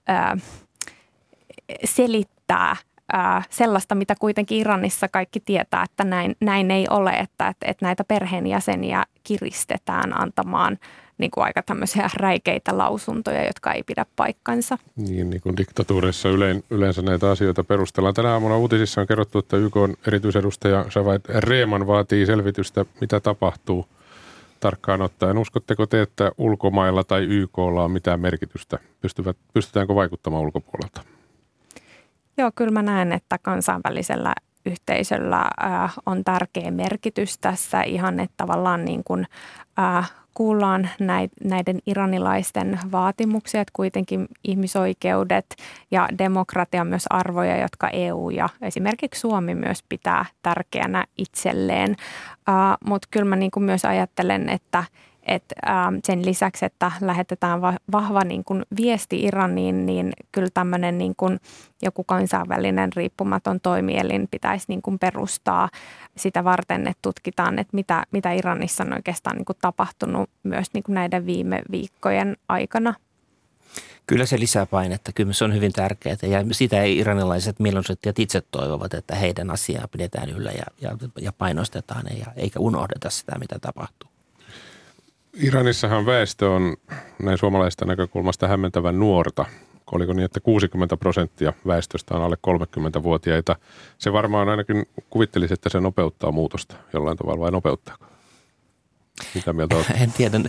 selittää sellaista, mitä kuitenkin Iranissa kaikki tietää, että näin ei ole, että näitä perheenjäseniä kiristetään antamaan niin kuin aika tämmöisiä räikeitä lausuntoja, jotka ei pidä paikkansa. Niin kuin diktatuurissa yleensä näitä asioita perustellaan. Tänä aamuna uutisissa on kerrottu, että YK:n erityisedustaja Javaid Rehman vaatii selvitystä, mitä tapahtuu tarkkaan ottaen. Uskotteko te, että ulkomailla tai YK:lla on mitään merkitystä? Pystytäänkö vaikuttamaan ulkopuolelta? Joo, kyllä mä näen, että kansainvälisellä yhteisöllä on tärkeä merkitys tässä ihan, että tavallaan niin kuin kuullaan näiden iranilaisten vaatimuksia, että kuitenkin ihmisoikeudet ja demokratia on myös arvoja, jotka EU ja esimerkiksi Suomi myös pitää tärkeänä itselleen. Mutta kyllä mä niin kuin myös ajattelen, että sen lisäksi, että lähetetään vahva niin kuin viesti Iraniin, niin kyllä tämmöinen niin kuin joku kansainvälinen riippumaton toimielin pitäisi niin kuin perustaa sitä varten, että tutkitaan, että mitä Iranissa on oikeastaan niin kuin tapahtunut myös niin kuin näiden viime viikkojen aikana. Kyllä se lisää painetta, kyllä se on hyvin tärkeää ja sitä ei iranilaiset mielenosoittajat itse toivovat, että heidän asiaa pidetään yllä ja painostetaan eikä unohdeta sitä, mitä tapahtuu. Iranissahan väestö on näin suomalaisesta näkökulmasta hämmentävän nuorta. Oliko niin, että 60% väestöstä on alle 30-vuotiaita. Se varmaan ainakin kuvittelisi, että se nopeuttaa muutosta jollain tavalla, vai nopeuttaako? Mitä mieltä olet? En tiedä.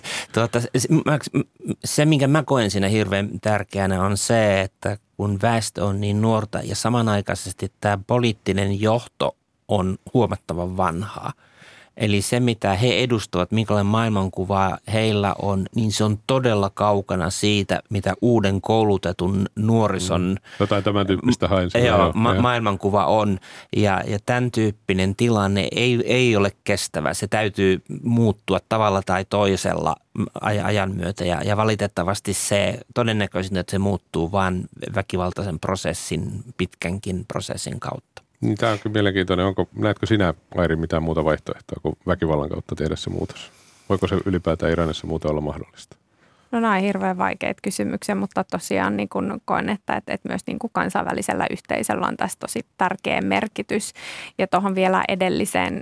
Se, minkä mä koen siinä hirveän tärkeänä, on se, että kun väestö on niin nuorta ja samanaikaisesti tämä poliittinen johto on huomattavan vanhaa. Eli se, mitä he edustavat, minkälainen maailmankuva heillä on, niin se on todella kaukana siitä, mitä uuden koulutetun nuorison jotain tämän tyyppistä hain. Maailmankuva on. Ja tämän tyyppinen tilanne ei ole kestävä. Se täytyy muuttua tavalla tai toisella ajan myötä. Ja valitettavasti se todennäköisesti, että se muuttuu vain väkivaltaisen prosessin, pitkänkin prosessin kautta. Niin, tämä on kyllä mielenkiintoinen. Näetkö sinä, Airi, mitään muuta vaihtoehtoa kuin väkivallan kautta tehdä se muutos? Voiko se ylipäätään Iranissa muuten olla mahdollista? No nämä on hirveän vaikeita kysymyksiä, mutta tosiaan niin kun koen, että myös niin kuin kansainvälisellä yhteisöllä on tässä tosi tärkeä merkitys. Ja tuohon vielä edelliseen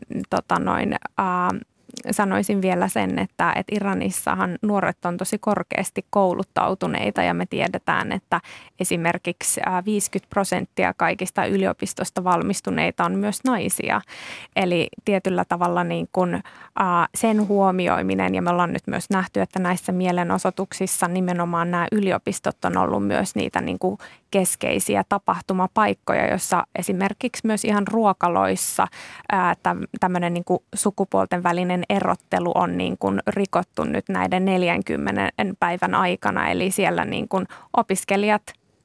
sanoisin vielä sen, että Iranissahan nuoret on tosi korkeasti kouluttautuneita ja me tiedetään, että esimerkiksi 50% kaikista yliopistosta valmistuneita on myös naisia. Eli tietyllä tavalla niin kuin, sen huomioiminen ja me ollaan nyt myös nähty, että näissä mielenosoituksissa nimenomaan nämä yliopistot on ollut myös niitä niin kuin keskeisiä tapahtumapaikkoja, jossa esimerkiksi myös ihan ruokaloissa tämmöinen niin kuin sukupuolten välinen erottelu on niin kuin rikottu nyt näiden 40 päivän aikana. Eli siellä niin kuin opiskelijat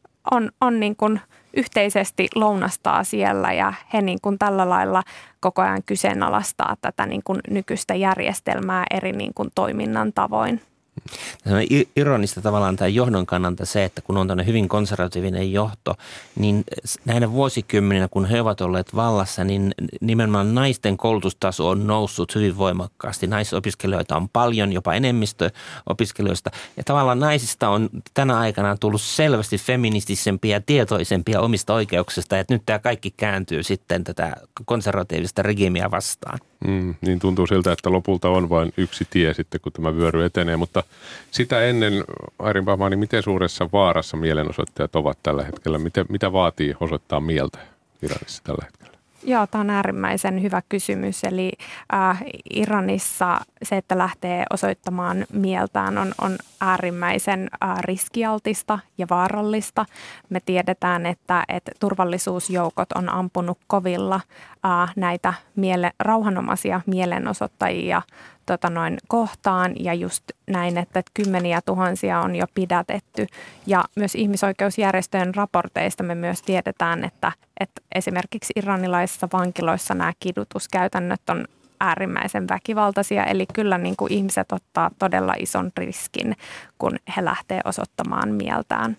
on niin kuin yhteisesti lounastaa siellä ja he niin kuin tällä lailla koko ajan kyseenalaistaa tätä niin kuin nykyistä järjestelmää eri niin kuin toiminnan tavoin. Tämä on ironista tavallaan tämä johdon kannalta se, että kun on tämmöinen hyvin konservatiivinen johto, niin näinä vuosikymmeninä, kun he ovat olleet vallassa, niin nimenomaan naisten koulutustaso on noussut hyvin voimakkaasti. Naisopiskelijoita on paljon, jopa enemmistö opiskelijoista. Ja tavallaan naisista on tänä aikana tullut selvästi feministisempia ja tietoisempia omista oikeuksista, että nyt tämä kaikki kääntyy sitten tätä konservatiivista regiimiä vastaan. Niin tuntuu siltä, että lopulta on vain yksi tie sitten, kun tämä vyöry etenee, mutta sitä ennen, Airin Bahmani, miten suuressa vaarassa mielenosoittajat ovat tällä hetkellä? Mitä vaatii osoittaa mieltä Iranissa tällä hetkellä? Joo, tämä on äärimmäisen hyvä kysymys. Eli Iranissa se, että lähtee osoittamaan mieltään, on äärimmäisen riskialtista ja vaarallista. Me tiedetään, että turvallisuusjoukot on ampunut kovilla näitä rauhanomaisia mielenosoittajia kohtaan ja just näin, että kymmeniä tuhansia on jo pidätetty ja myös ihmisoikeusjärjestöjen raporteista me myös tiedetään, että esimerkiksi iranilaisissa vankiloissa nämä kidutuskäytännöt on äärimmäisen väkivaltaisia, eli kyllä niin kuin ihmiset ottaa todella ison riskin, kun he lähtee osoittamaan mieltään.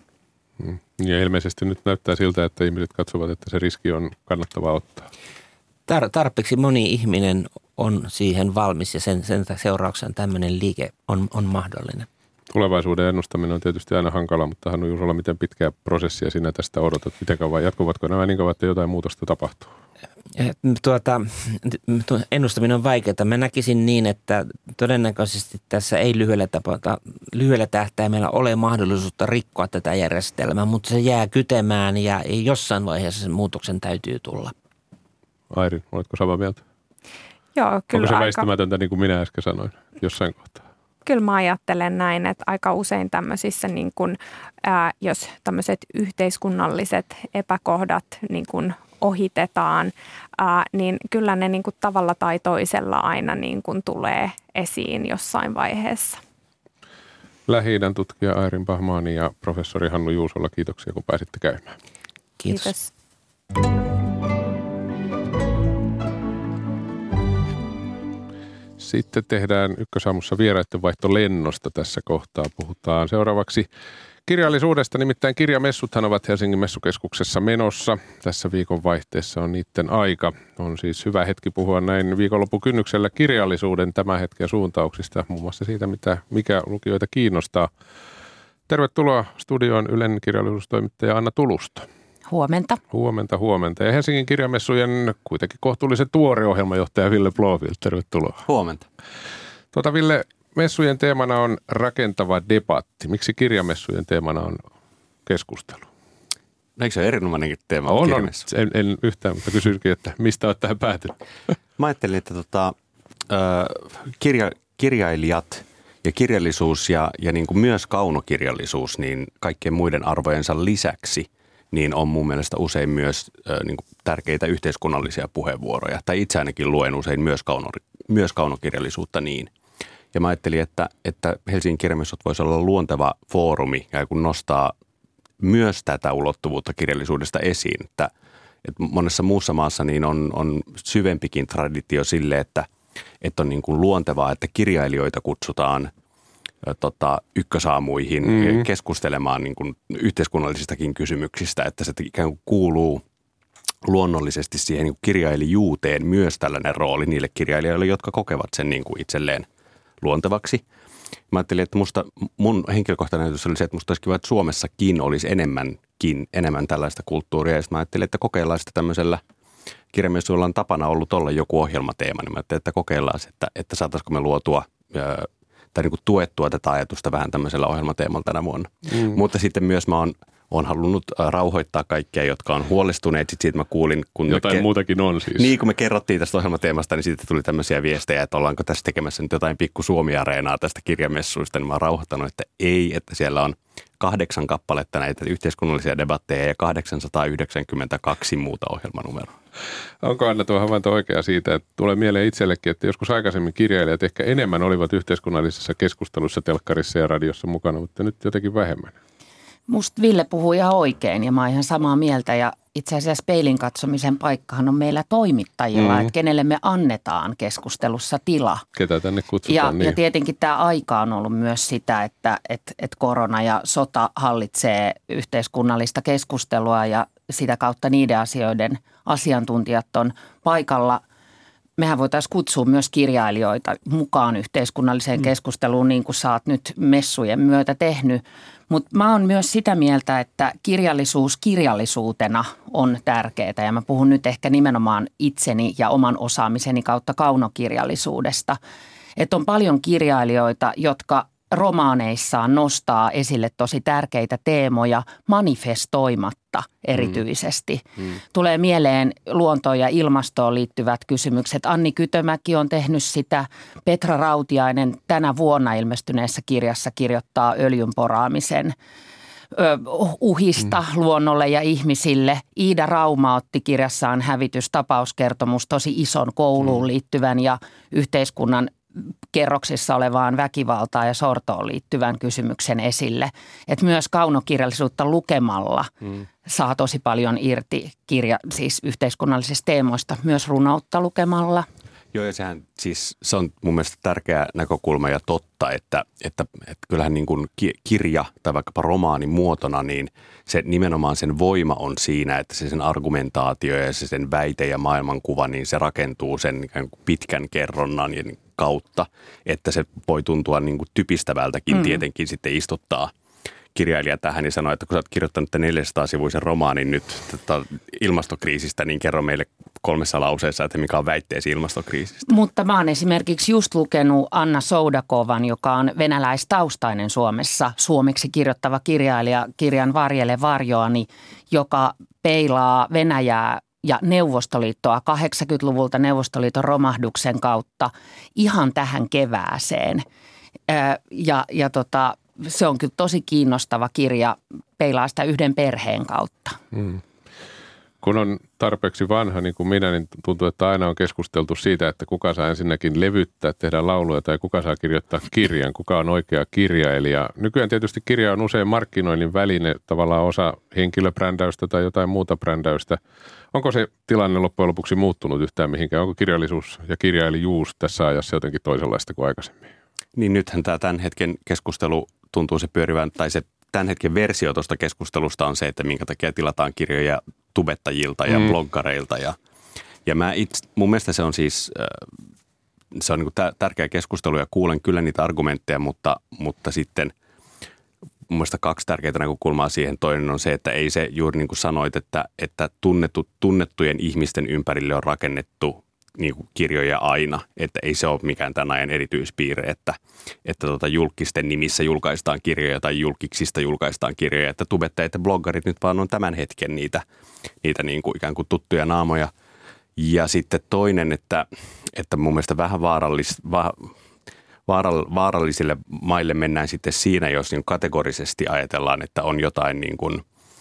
Ja ilmeisesti nyt näyttää siltä, että ihmiset katsovat, että se riski on kannattavaa ottaa. Tarpeeksi moni ihminen on siihen valmis ja sen seurauksena tämmöinen liike on mahdollinen. Tulevaisuuden ennustaminen on tietysti aina hankala, mutta Hannu Juusola, miten pitkää prosessia sinä tästä odotat? Miten kauan jatkuvatko nämä niin kauan, että jotain muutosta tapahtuu? Ennustaminen on vaikeaa. Mä näkisin niin, että todennäköisesti tässä ei lyhyellä tähtäimellä ole mahdollisuutta rikkoa tätä järjestelmää, mutta se jää kytemään ja jossain vaiheessa sen muutoksen täytyy tulla. Airi, oletko samaa mieltä? Joo, kyllä. Onko se väistämätöntä, niin kuin minä äsken sanoin, jossain kohtaa? Kyllä mä ajattelen näin, että aika usein tämmöisissä, niin kun, jos tämmöiset yhteiskunnalliset epäkohdat niin kun ohitetaan, niin kyllä ne niin kun tavalla tai toisella aina niin kun tulee esiin jossain vaiheessa. Lähi-idän tutkija Airin Bahmani ja professori Hannu Juusola, kiitoksia kun pääsitte käymään. Kiitos. Sitten tehdään Ykkösaamussa vieraittenvaihto lennosta tässä kohtaa. Puhutaan seuraavaksi kirjallisuudesta, nimittäin kirjamessuthan ovat Helsingin messukeskuksessa menossa. Tässä viikonvaihteessa on niiden aika. On siis hyvä hetki puhua näin viikonloppukynnyksellä kirjallisuuden tämän hetken suuntauksista, muun muassa siitä, mikä lukijoita kiinnostaa. Tervetuloa studioon Ylen kirjallisuustoimittaja Anna Tulusto. Huomenta. Huomenta. Ja Helsingin kirjamessujen kuitenkin kohtuullisen tuore ohjelmajohtaja Ville Blåvild. Tervetuloa. Huomenta. Ville, messujen teemana on rakentava debatti. Miksi kirjamessujen teemana on keskustelu? No, eikö se ole erinomainen teema? On. En yhtään, mutta kysynkin, että mistä olet tähän päätynyt? Mä ajattelin, että kirjailijat ja kirjallisuus ja niin kuin myös kaunokirjallisuus, niin kaikkien muiden arvojensa lisäksi, niin on mun mielestä usein myös niin kuin tärkeitä yhteiskunnallisia puheenvuoroja. Tai itse ainakin luen usein myös kaunokirjallisuutta niin. Ja mä ajattelin, että Helsingin kirjamessut voisi olla luonteva foorumi ja kun nostaa myös tätä ulottuvuutta kirjallisuudesta esiin. Että monessa muussa maassa niin on syvempikin traditio sille, että on niin kuin luontevaa, että kirjailijoita kutsutaan ykkösaamuihin keskustelemaan niin kuin yhteiskunnallisistakin kysymyksistä, että se ikään kuin kuuluu luonnollisesti siihen niin kuin kirjailijuuteen myös tällainen rooli niille kirjailijoille, jotka kokevat sen niin kuin itselleen luontevaksi. Mä ajattelin, että mun henkilökohtainen ajatus oli se, että musta olisi kiva, että Suomessakin olisi enemmän tällaista kulttuuria. Ja sitten mä ajattelin, että kokeillaan sitä tämmöisellä kirjamessuilla on tapana ollut olla joku ohjelmateema. Niin mä ajattelin, että kokeillaan, että saataisiko me luotua tai niin kuin tuettua tätä ajatusta vähän tämmöisellä ohjelmateemalla tänä vuonna. Mutta sitten myös mä oon halunnut rauhoittaa kaikkia, jotka on huolestuneet. Sitten siitä mä kuulin, kun jotain muutakin on siis. Niin, kun me kerrottiin tästä ohjelmateemasta, niin sitten tuli tämmöisiä viestejä, että ollaanko tässä tekemässä nyt jotain pikku Suomi-areenaa tästä kirjamessuista. Niin mä oon rauhoittanut, että ei, että siellä on 8 kappaletta näitä yhteiskunnallisia debatteja ja 892 muuta ohjelmanumeroa. Onko Anna tuo havainto oikea siitä, että tulee mieleen itsellekin, että joskus aikaisemmin kirjailijat ehkä enemmän olivat yhteiskunnallisessa keskustelussa telkkarissa ja radiossa mukana, mutta nyt jotenkin vähemmän? Musta Ville puhui ihan oikein ja mä oon ihan samaa mieltä ja itse asiassa peilin katsomisen paikkahan on meillä toimittajilla, että kenelle me annetaan keskustelussa tila. Ketä tänne kutsutaan. Ja tietenkin tämä aika on ollut myös sitä, että korona ja sota hallitsee yhteiskunnallista keskustelua ja sitä kautta niiden asioiden asiantuntijat on paikalla. Mehän voitaisiin kutsua myös kirjailijoita mukaan yhteiskunnalliseen keskusteluun, niin kuin sä oot nyt messujen myötä tehnyt. Mutta mä oon myös sitä mieltä, että kirjallisuus kirjallisuutena on tärkeää. Ja mä puhun nyt ehkä nimenomaan itseni ja oman osaamiseni kautta kaunokirjallisuudesta. Että on paljon kirjailijoita, jotka romaaneissaan nostaa esille tosi tärkeitä teemoja manifestoimatta erityisesti. Tulee mieleen luontoon ja ilmastoon liittyvät kysymykset. Anni Kytömäki on tehnyt sitä. Petra Rautiainen tänä vuonna ilmestyneessä kirjassa kirjoittaa öljyn poraamisen uhista luonnolle ja ihmisille. Iida Rauma otti kirjassaan hävitys-tapauskertomus tosi ison kouluun liittyvän ja yhteiskunnan kerroksissa olevaan väkivaltaan ja sortoon liittyvän kysymyksen esille. Että myös kaunokirjallisuutta lukemalla saa tosi paljon irti siis yhteiskunnallisista teemoista, myös runoutta lukemalla. Joo, ja se on mun mielestä tärkeä näkökulma ja totta, että kyllähän niin kuin kirja tai vaikkapa romaanin muotona, niin se nimenomaan sen voima on siinä, että se sen argumentaatio ja se sen väite ja maailmankuva, niin se rakentuu sen pitkän kerronnan kautta, että se voi tuntua niin kuin typistävältäkin tietenkin sitten istuttaa kirjailija tähän ja sanoi, että kun sä oot kirjoittanut 400-sivuisen romaanin nyt ilmastokriisistä, niin kerro meille 3 lauseessa, että mikä on väitteesi ilmastokriisistä. Mutta mä oon esimerkiksi just lukenut Anna Soudakovan, joka on venäläistaustainen Suomessa, suomeksi kirjoittava kirjailija kirjan Varjele varjoani, joka peilaa Venäjää ja Neuvostoliittoa 80-luvulta Neuvostoliiton romahduksen kautta ihan tähän kevääseen. Se on kyllä tosi kiinnostava kirja, peilaa sitä yhden perheen kautta. Kun on tarpeeksi vanha, niin kuin minä, niin tuntuu, että aina on keskusteltu siitä, että kuka saa ensinnäkin levyttää, tehdä lauluja tai kuka saa kirjoittaa kirjan, kuka on oikea kirjailija. Nykyään tietysti kirja on usein markkinoinnin väline, tavallaan osa henkilöbrändäystä tai jotain muuta brändäystä. Onko se tilanne loppujen lopuksi muuttunut yhtään mihinkään? Onko kirjallisuus ja kirjailijuus tässä ajassa jotenkin toisenlaista kuin aikaisemmin? Niin nythän tämä tämän hetken keskustelu tuntuu se pyörivän, tai se tämän hetken versio tuosta keskustelusta on se, että minkä takia tilataan kirjoja tubettajilta ja bloggareilta. Ja mun mielestä se on siis, se on niin kuin tärkeä keskustelu ja kuulen kyllä niitä argumentteja, mutta sitten mun mielestä kaksi tärkeää näkökulmaa siihen. Toinen on se, että ei se juuri niin kuin sanoit, että tunnettujen ihmisten ympärille on rakennettu niin kuin kirjoja aina, että ei se ole mikään tämän ajan erityispiirre, että julkisten nimissä julkaistaan kirjoja tai julkiksista julkaistaan kirjoja, että tubettajat ja bloggarit nyt vaan on tämän hetken niitä niin kuin ikään kuin tuttuja naamoja. Ja sitten toinen, että mun mielestä vähän vaarallisille maille mennään sitten siinä, jos niin kategorisesti ajatellaan, että on jotain niin kuin,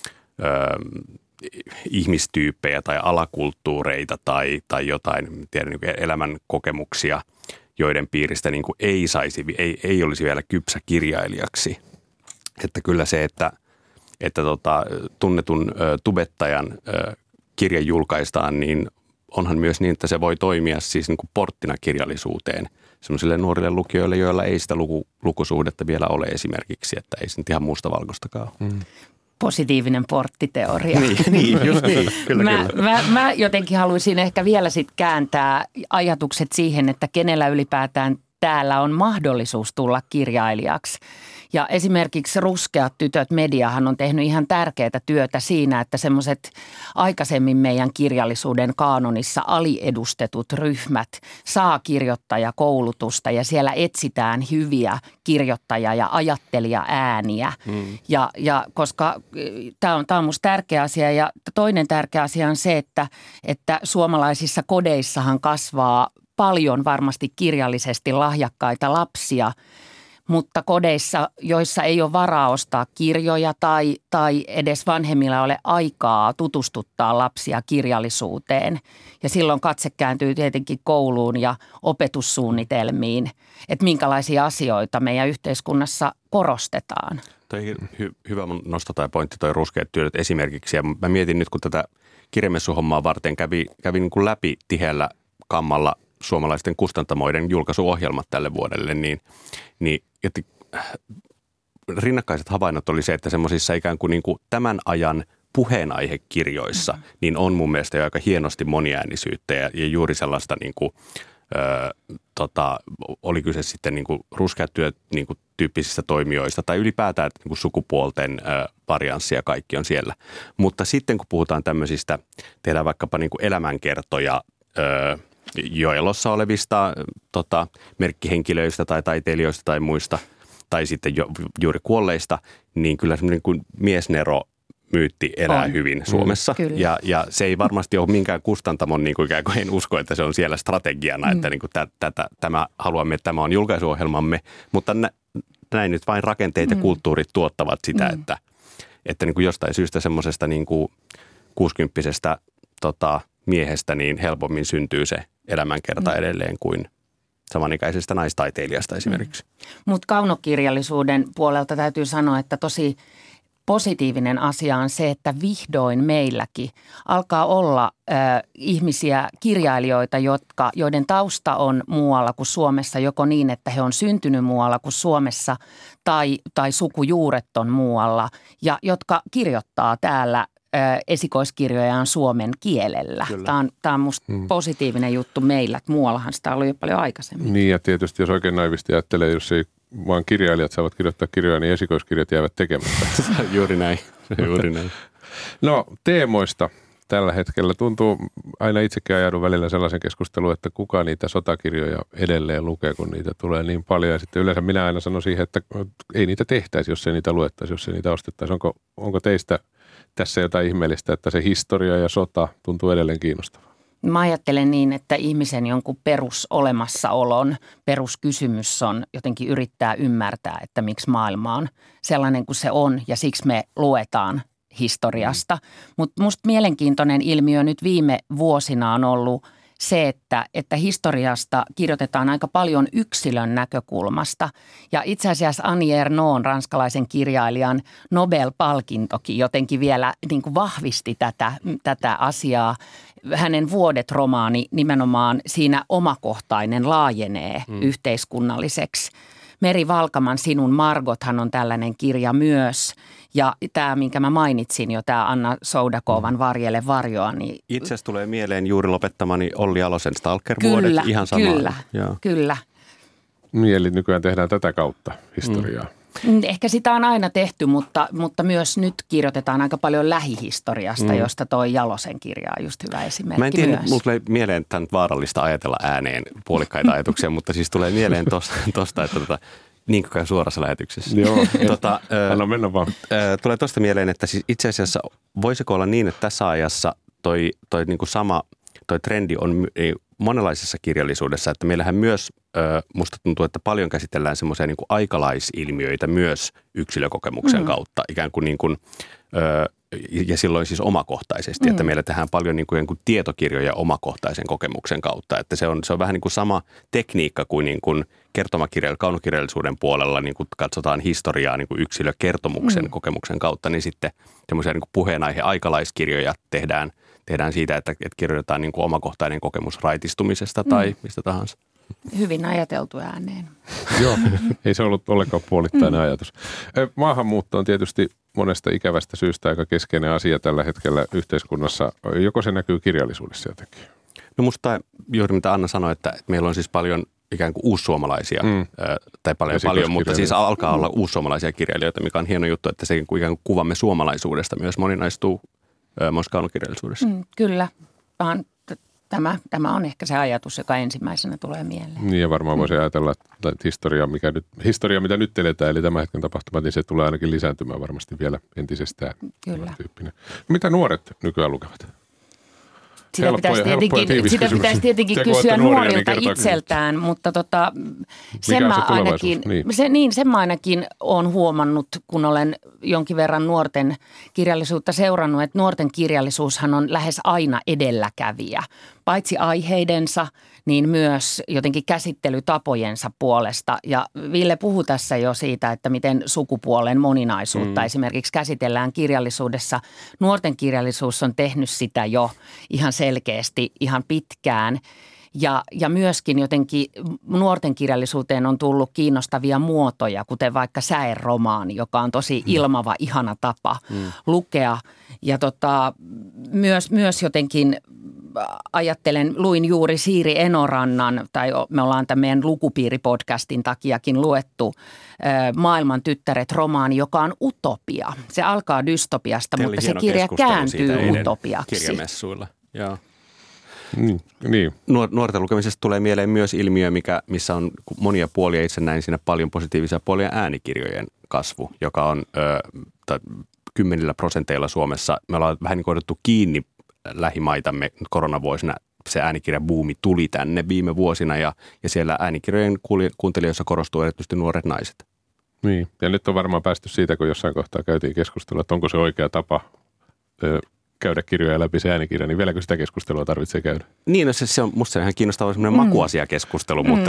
ihmistyyppejä tai alakulttuureita tai jotain tiedän, elämän kokemuksia, joiden piiristä niin kuin ei olisi vielä kypsä kirjailijaksi. Että kyllä se, että tunnetun tubettajan kirja julkaistaan, niin onhan myös niin, että se voi toimia siis niin kuin porttina kirjallisuuteen sellaisille nuorille lukijoille, joilla ei sitä lukusuhdetta vielä ole esimerkiksi, että ei se nyt ihan mustavalkoistakaan ole. Positiivinen porttiteoria. Niin, just niin. Kyllä. Mä jotenkin haluaisin ehkä vielä sitten kääntää ajatukset siihen, että kenellä ylipäätään täällä on mahdollisuus tulla kirjailijaksi. Ja esimerkiksi Ruskeat tytöt mediahan on tehnyt ihan tärkeää työtä siinä, että semmoiset aikaisemmin meidän kirjallisuuden kaanonissa aliedustetut ryhmät saa kirjoittajakoulutusta ja siellä etsitään hyviä kirjoittaja- ja ajattelija-ääniä. Ja koska tämä on musta tärkeä asia ja toinen tärkeä asia on se, että suomalaisissa kodeissahan kasvaa paljon varmasti kirjallisesti lahjakkaita lapsia, mutta kodeissa, joissa ei ole varaa ostaa kirjoja tai edes vanhemmilla ole aikaa tutustuttaa lapsia kirjallisuuteen. Ja silloin katse kääntyy tietenkin kouluun ja opetussuunnitelmiin, että minkälaisia asioita meidän yhteiskunnassa korostetaan. Toi hyvä nosto tai pointti toi Ruskeat tytöt esimerkiksi. Ja mä mietin nyt, kun tätä kirjamessuhommaa varten kävi niin kuin läpi tiheällä kammalla suomalaisten kustantamoiden julkaisuohjelmat tälle vuodelle, niin rinnakkaiset havainnot oli se, että semmoisissa ikään kuin, tämän ajan puheenaihekirjoissa niin on mun mielestä jo aika hienosti moniäänisyyttä ja juuri sellaista niin kuin, oli kyse sitten niin kuin Ruskeat työt niin kuin tyyppisistä toimijoista tai ylipäätään niin kuin sukupuolten varianssia kaikki on siellä. Mutta sitten kun puhutaan tämmöisistä, tehdään vaikkapa niin kuin elämänkertoja jo elossa olevista merkkihenkilöistä tai taiteilijoista tai muista, tai sitten juuri kuolleista, niin kyllä semmoinen kuin miesnero-myytti elää hyvin Suomessa. Ja se ei varmasti ole minkään kustantamon, niin kuin ikään kuin en usko, että se on siellä strategiana, että niin kuin tämä haluamme, että tämä on julkaisuohjelmamme, mutta näin nyt vain rakenteet ja kulttuurit tuottavat sitä, että niin kuin jostain syystä semmoisesta niin kuin 60-vuotiaasta miehestä niin helpommin syntyy se elämänkerta edelleen kuin samanikäisestä naistaiteilijasta esimerkiksi. Mutta kaunokirjallisuuden puolelta täytyy sanoa, että tosi positiivinen asia on se, että vihdoin meilläkin alkaa olla ihmisiä, kirjailijoita, joiden tausta on muualla kuin Suomessa, joko niin, että he on syntynyt muualla kuin Suomessa tai sukujuuret on muualla ja jotka kirjoittaa täällä esikoiskirjojaan suomen kielellä. Tämä on musta positiivinen juttu meillä, että muuallahan sitä on ollut jo paljon aikaisemmin. Niin ja tietysti jos oikein naivisti ajattelee, jos ei vaan kirjailijat saavat kirjoittaa kirjoja, niin esikoiskirjat jäävät tekemättä. Juuri näin. No teemoista tällä hetkellä tuntuu, aina itsekin ajaudun välillä sellaisen keskustelun, että kuka niitä sotakirjoja edelleen lukee, kun niitä tulee niin paljon. Ja sitten yleensä minä aina sanon siihen, että ei niitä tehtäisi, jos ei niitä luettaisi, jos ei niitä ostettaisi. Onko teistä tässä jotain ihmeellistä, että se historia ja sota tuntuu edelleen kiinnostavaa? Mä ajattelen niin, että ihmisen jonkun perusolemassaolon peruskysymys on jotenkin yrittää ymmärtää, että miksi maailma on sellainen kuin se on ja siksi me luetaan historiasta. Mutta musta mielenkiintoinen ilmiö nyt viime vuosina on ollut se, että historiasta kirjoitetaan aika paljon yksilön näkökulmasta. Ja itse asiassa Annie Ernaux, ranskalaisen kirjailijan Nobel-palkintokin jotenkin vielä niin kuin vahvisti tätä asiaa. Hänen Vuodet-romaani nimenomaan siinä omakohtainen laajenee yhteiskunnalliseksi. Meri Valkaman Sinun Margothan on tällainen kirja myös. Ja tämä, minkä mä mainitsin jo, tämä Anna Soudakovan Varjele varjoa. Niin itse asiassa tulee mieleen juuri lopettamani Olli Alosen Stalker-vuodet. Ihan sama. Kyllä. Eli nykyään tehdään tätä kautta historiaa. Ehkä sitä on aina tehty, mutta myös nyt kirjoitetaan aika paljon lähihistoriasta, josta toi Jalosen kirja on just hyvä esimerkki. Mä en tiedä, myös. mulla tulee mieleen, että on vaarallista ajatella ääneen puolikkaita ajatuksia, mutta siis tulee mieleen tosta, että niin kuin suorassa lähetyksessä. Joo, anna mennä vaan. Tulee tosta mieleen, että siis itse asiassa voisiko olla niin, että tässä ajassa toi niin kuin sama toi trendi on monenlaisessa kirjallisuudessa, että meillähän myös musta tuntuu, että paljon käsitellään semmoisia niin kuin aikalaisilmiöitä myös yksilökokemuksen kautta, ikään kuin ja silloin siis omakohtaisesti, että meillä tehdään paljon niin kuin tietokirjoja omakohtaisen kokemuksen kautta, että se on vähän niin kuin sama tekniikka kuin, kaunokirjallisuuden puolella niin kuin katsotaan historiaa niin kuin yksilökertomuksen kokemuksen kautta, niin sitten semmoisia niin kuin puheenaihe aikalaiskirjoja tehdään siitä, että kirjoitetaan niin kuin omakohtainen kokemus raitistumisesta tai mistä tahansa. Hyvin ajateltu ääneen. Joo, ei se ollut ollenkaan puolittainen ajatus. Maahanmuutto on tietysti monesta ikävästä syystä aika keskeinen asia tällä hetkellä yhteiskunnassa. Joko se näkyy kirjallisuudessa jotenkin? No musta juuri mitä Anna sanoi, että meillä on siis paljon ikään kuin uussuomalaisia, tai paljon, mutta siis alkaa olla uussuomalaisia kirjailijoita, mikä on hieno juttu, että se ikään kuin kuvamme suomalaisuudesta myös moninaistuu myös kaunokirjallisuudessa. Kyllä, vaan tämä on ehkä se ajatus, joka ensimmäisenä tulee mieleen. Niin ja varmaan voisi ajatella, että historia, mitä nyt eletään, eli tämän hetken tapahtumat, niin se tulee ainakin lisääntymään varmasti vielä entisestään. Kyllä. Mitä nuoret nykyään lukevat? Sitä pitäisi tietenkin kysyä nuorilta itseltään, mutta sen mä ainakin olen huomannut, kun olen jonkin verran nuorten kirjallisuutta seurannut, että nuorten kirjallisuushan on lähes aina edelläkävijä, paitsi aiheidensa, niin myös jotenkin käsittelytapojensa puolesta. Ja Ville puhui tässä jo siitä, että miten sukupuolen moninaisuutta esimerkiksi käsitellään kirjallisuudessa. Nuorten kirjallisuus on tehnyt sitä jo ihan selkeästi, ihan pitkään. Ja myöskin jotenkin nuorten kirjallisuuteen on tullut kiinnostavia muotoja, kuten vaikka säeromaani, joka on tosi ilmava, ihana tapa lukea. Ja myös jotenkin luin juuri Siiri Enorannan, tai me ollaan tämän meidän lukupiiripodcastin takiakin luettu Maailman tyttäret -romaani, joka on utopia. Se alkaa dystopiasta, mutta se kirja kääntyy utopiaksi. Kirjamessuilla, joo. Niin. Nuorten lukemisesta tulee mieleen myös ilmiö, missä on monia puolia. Itse näin siinä paljon positiivisia puolia äänikirjojen kasvu, joka on 10% Suomessa. Me ollaan vähän niin kuin otettu kiinni lähimaitamme koronavuosina. Se äänikirjabuumi tuli tänne viime vuosina ja siellä äänikirjojen kuuntelijoissa korostuu erityisesti nuoret naiset. Niin, ja nyt on varmaan päästy siitä, kun jossain kohtaa käytiin keskustelua, että onko se oikea tapa käydä kirjoja läpi se äänikirja, niin vieläkö sitä keskustelua tarvitsee käydä? Niin, no se on musta ihan kiinnostava semmoinen makuasiakeskustelu, mutta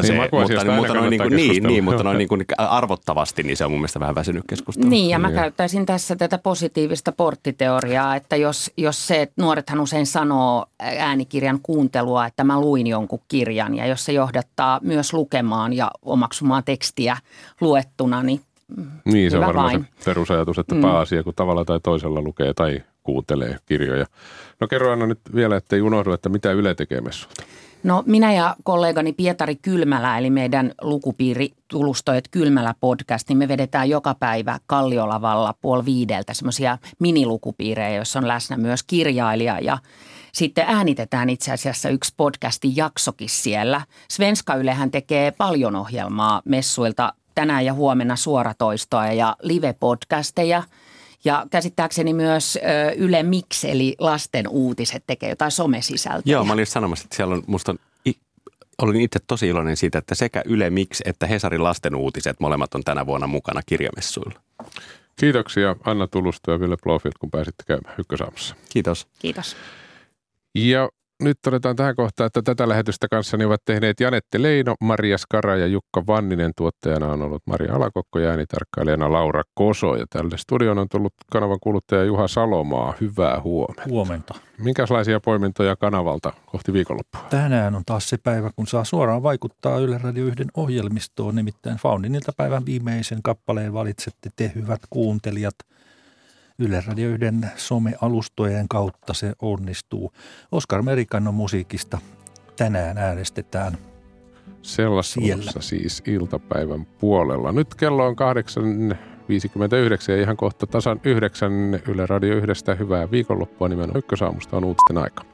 noin niin kuin arvottavasti, niin se on mun mielestä vähän väsynyt keskustelu. Niin, ja mä käyttäisin tässä tätä positiivista porttiteoriaa, että jos se, että nuorethan usein sanoo äänikirjan kuuntelua, että mä luin jonkun kirjan, ja jos se johdattaa myös lukemaan ja omaksumaan tekstiä luettuna, niin se on varmaan se perusajatus, että pääasia, kun tavalla tai toisella lukee tai kuuntelee kirjoja. No kerro Anna nyt vielä, ettei unohdu, että mitä Yle tekee messuilta. No minä ja kollegani Pietari Kylmälä, eli meidän lukupiiri Tulustojet Kylmälä-podcast, niin me vedetään joka päivä Kalliolavalla 4:30 semmoisia minilukupiirejä, joissa on läsnä myös kirjailija ja sitten äänitetään itse asiassa yksi podcastin jaksokin siellä. Svenska Ylehän tekee paljon ohjelmaa messuilta, tänään ja huomenna suoratoistoa ja live-podcasteja. Ja käsittääkseni myös Yle Mix, eli lasten uutiset, tekee jotain somesisältöjä. Joo, mä olin sanomassa, että siellä on olin itse tosi iloinen siitä, että sekä Yle Mix että Hesarin lasten uutiset molemmat on tänä vuonna mukana kirjamessuilla. Kiitoksia Anna Tulusto ja Ville Blofield, kun pääsitte käymään Ykkösaamussa. Kiitos. Kiitos. Ja nyt todetaan tähän kohtaan, että tätä lähetystä kanssani ovat tehneet Janette Leino, Maria Skara ja Jukka Vanninen. Tuottajana on ollut Maria Alakokko ja äänitarkkailijana Laura Koso. Ja tälle studioon on tullut kanavan kuluttaja Juha Salomaa. Hyvää huomenta. Huomenta. Minkälaisia poimintoja kanavalta kohti viikonloppua? Tänään on taas se päivä, kun saa suoraan vaikuttaa Yle Radio 1 ohjelmistoon. Nimittäin Faunin iltapäivän viimeisen kappaleen valitsette te, hyvät kuuntelijat. Yle Radio 1 some-alustojen kautta se onnistuu. Oskar Merikannon musiikista tänään äänestetään Sellaisessa siis iltapäivän puolella. Nyt kello on 8.59 ja ihan kohta tasan 9 Yle Radio 1. Hyvää viikonloppua, nimenomaan Ykkösaamusta on uutisten aika.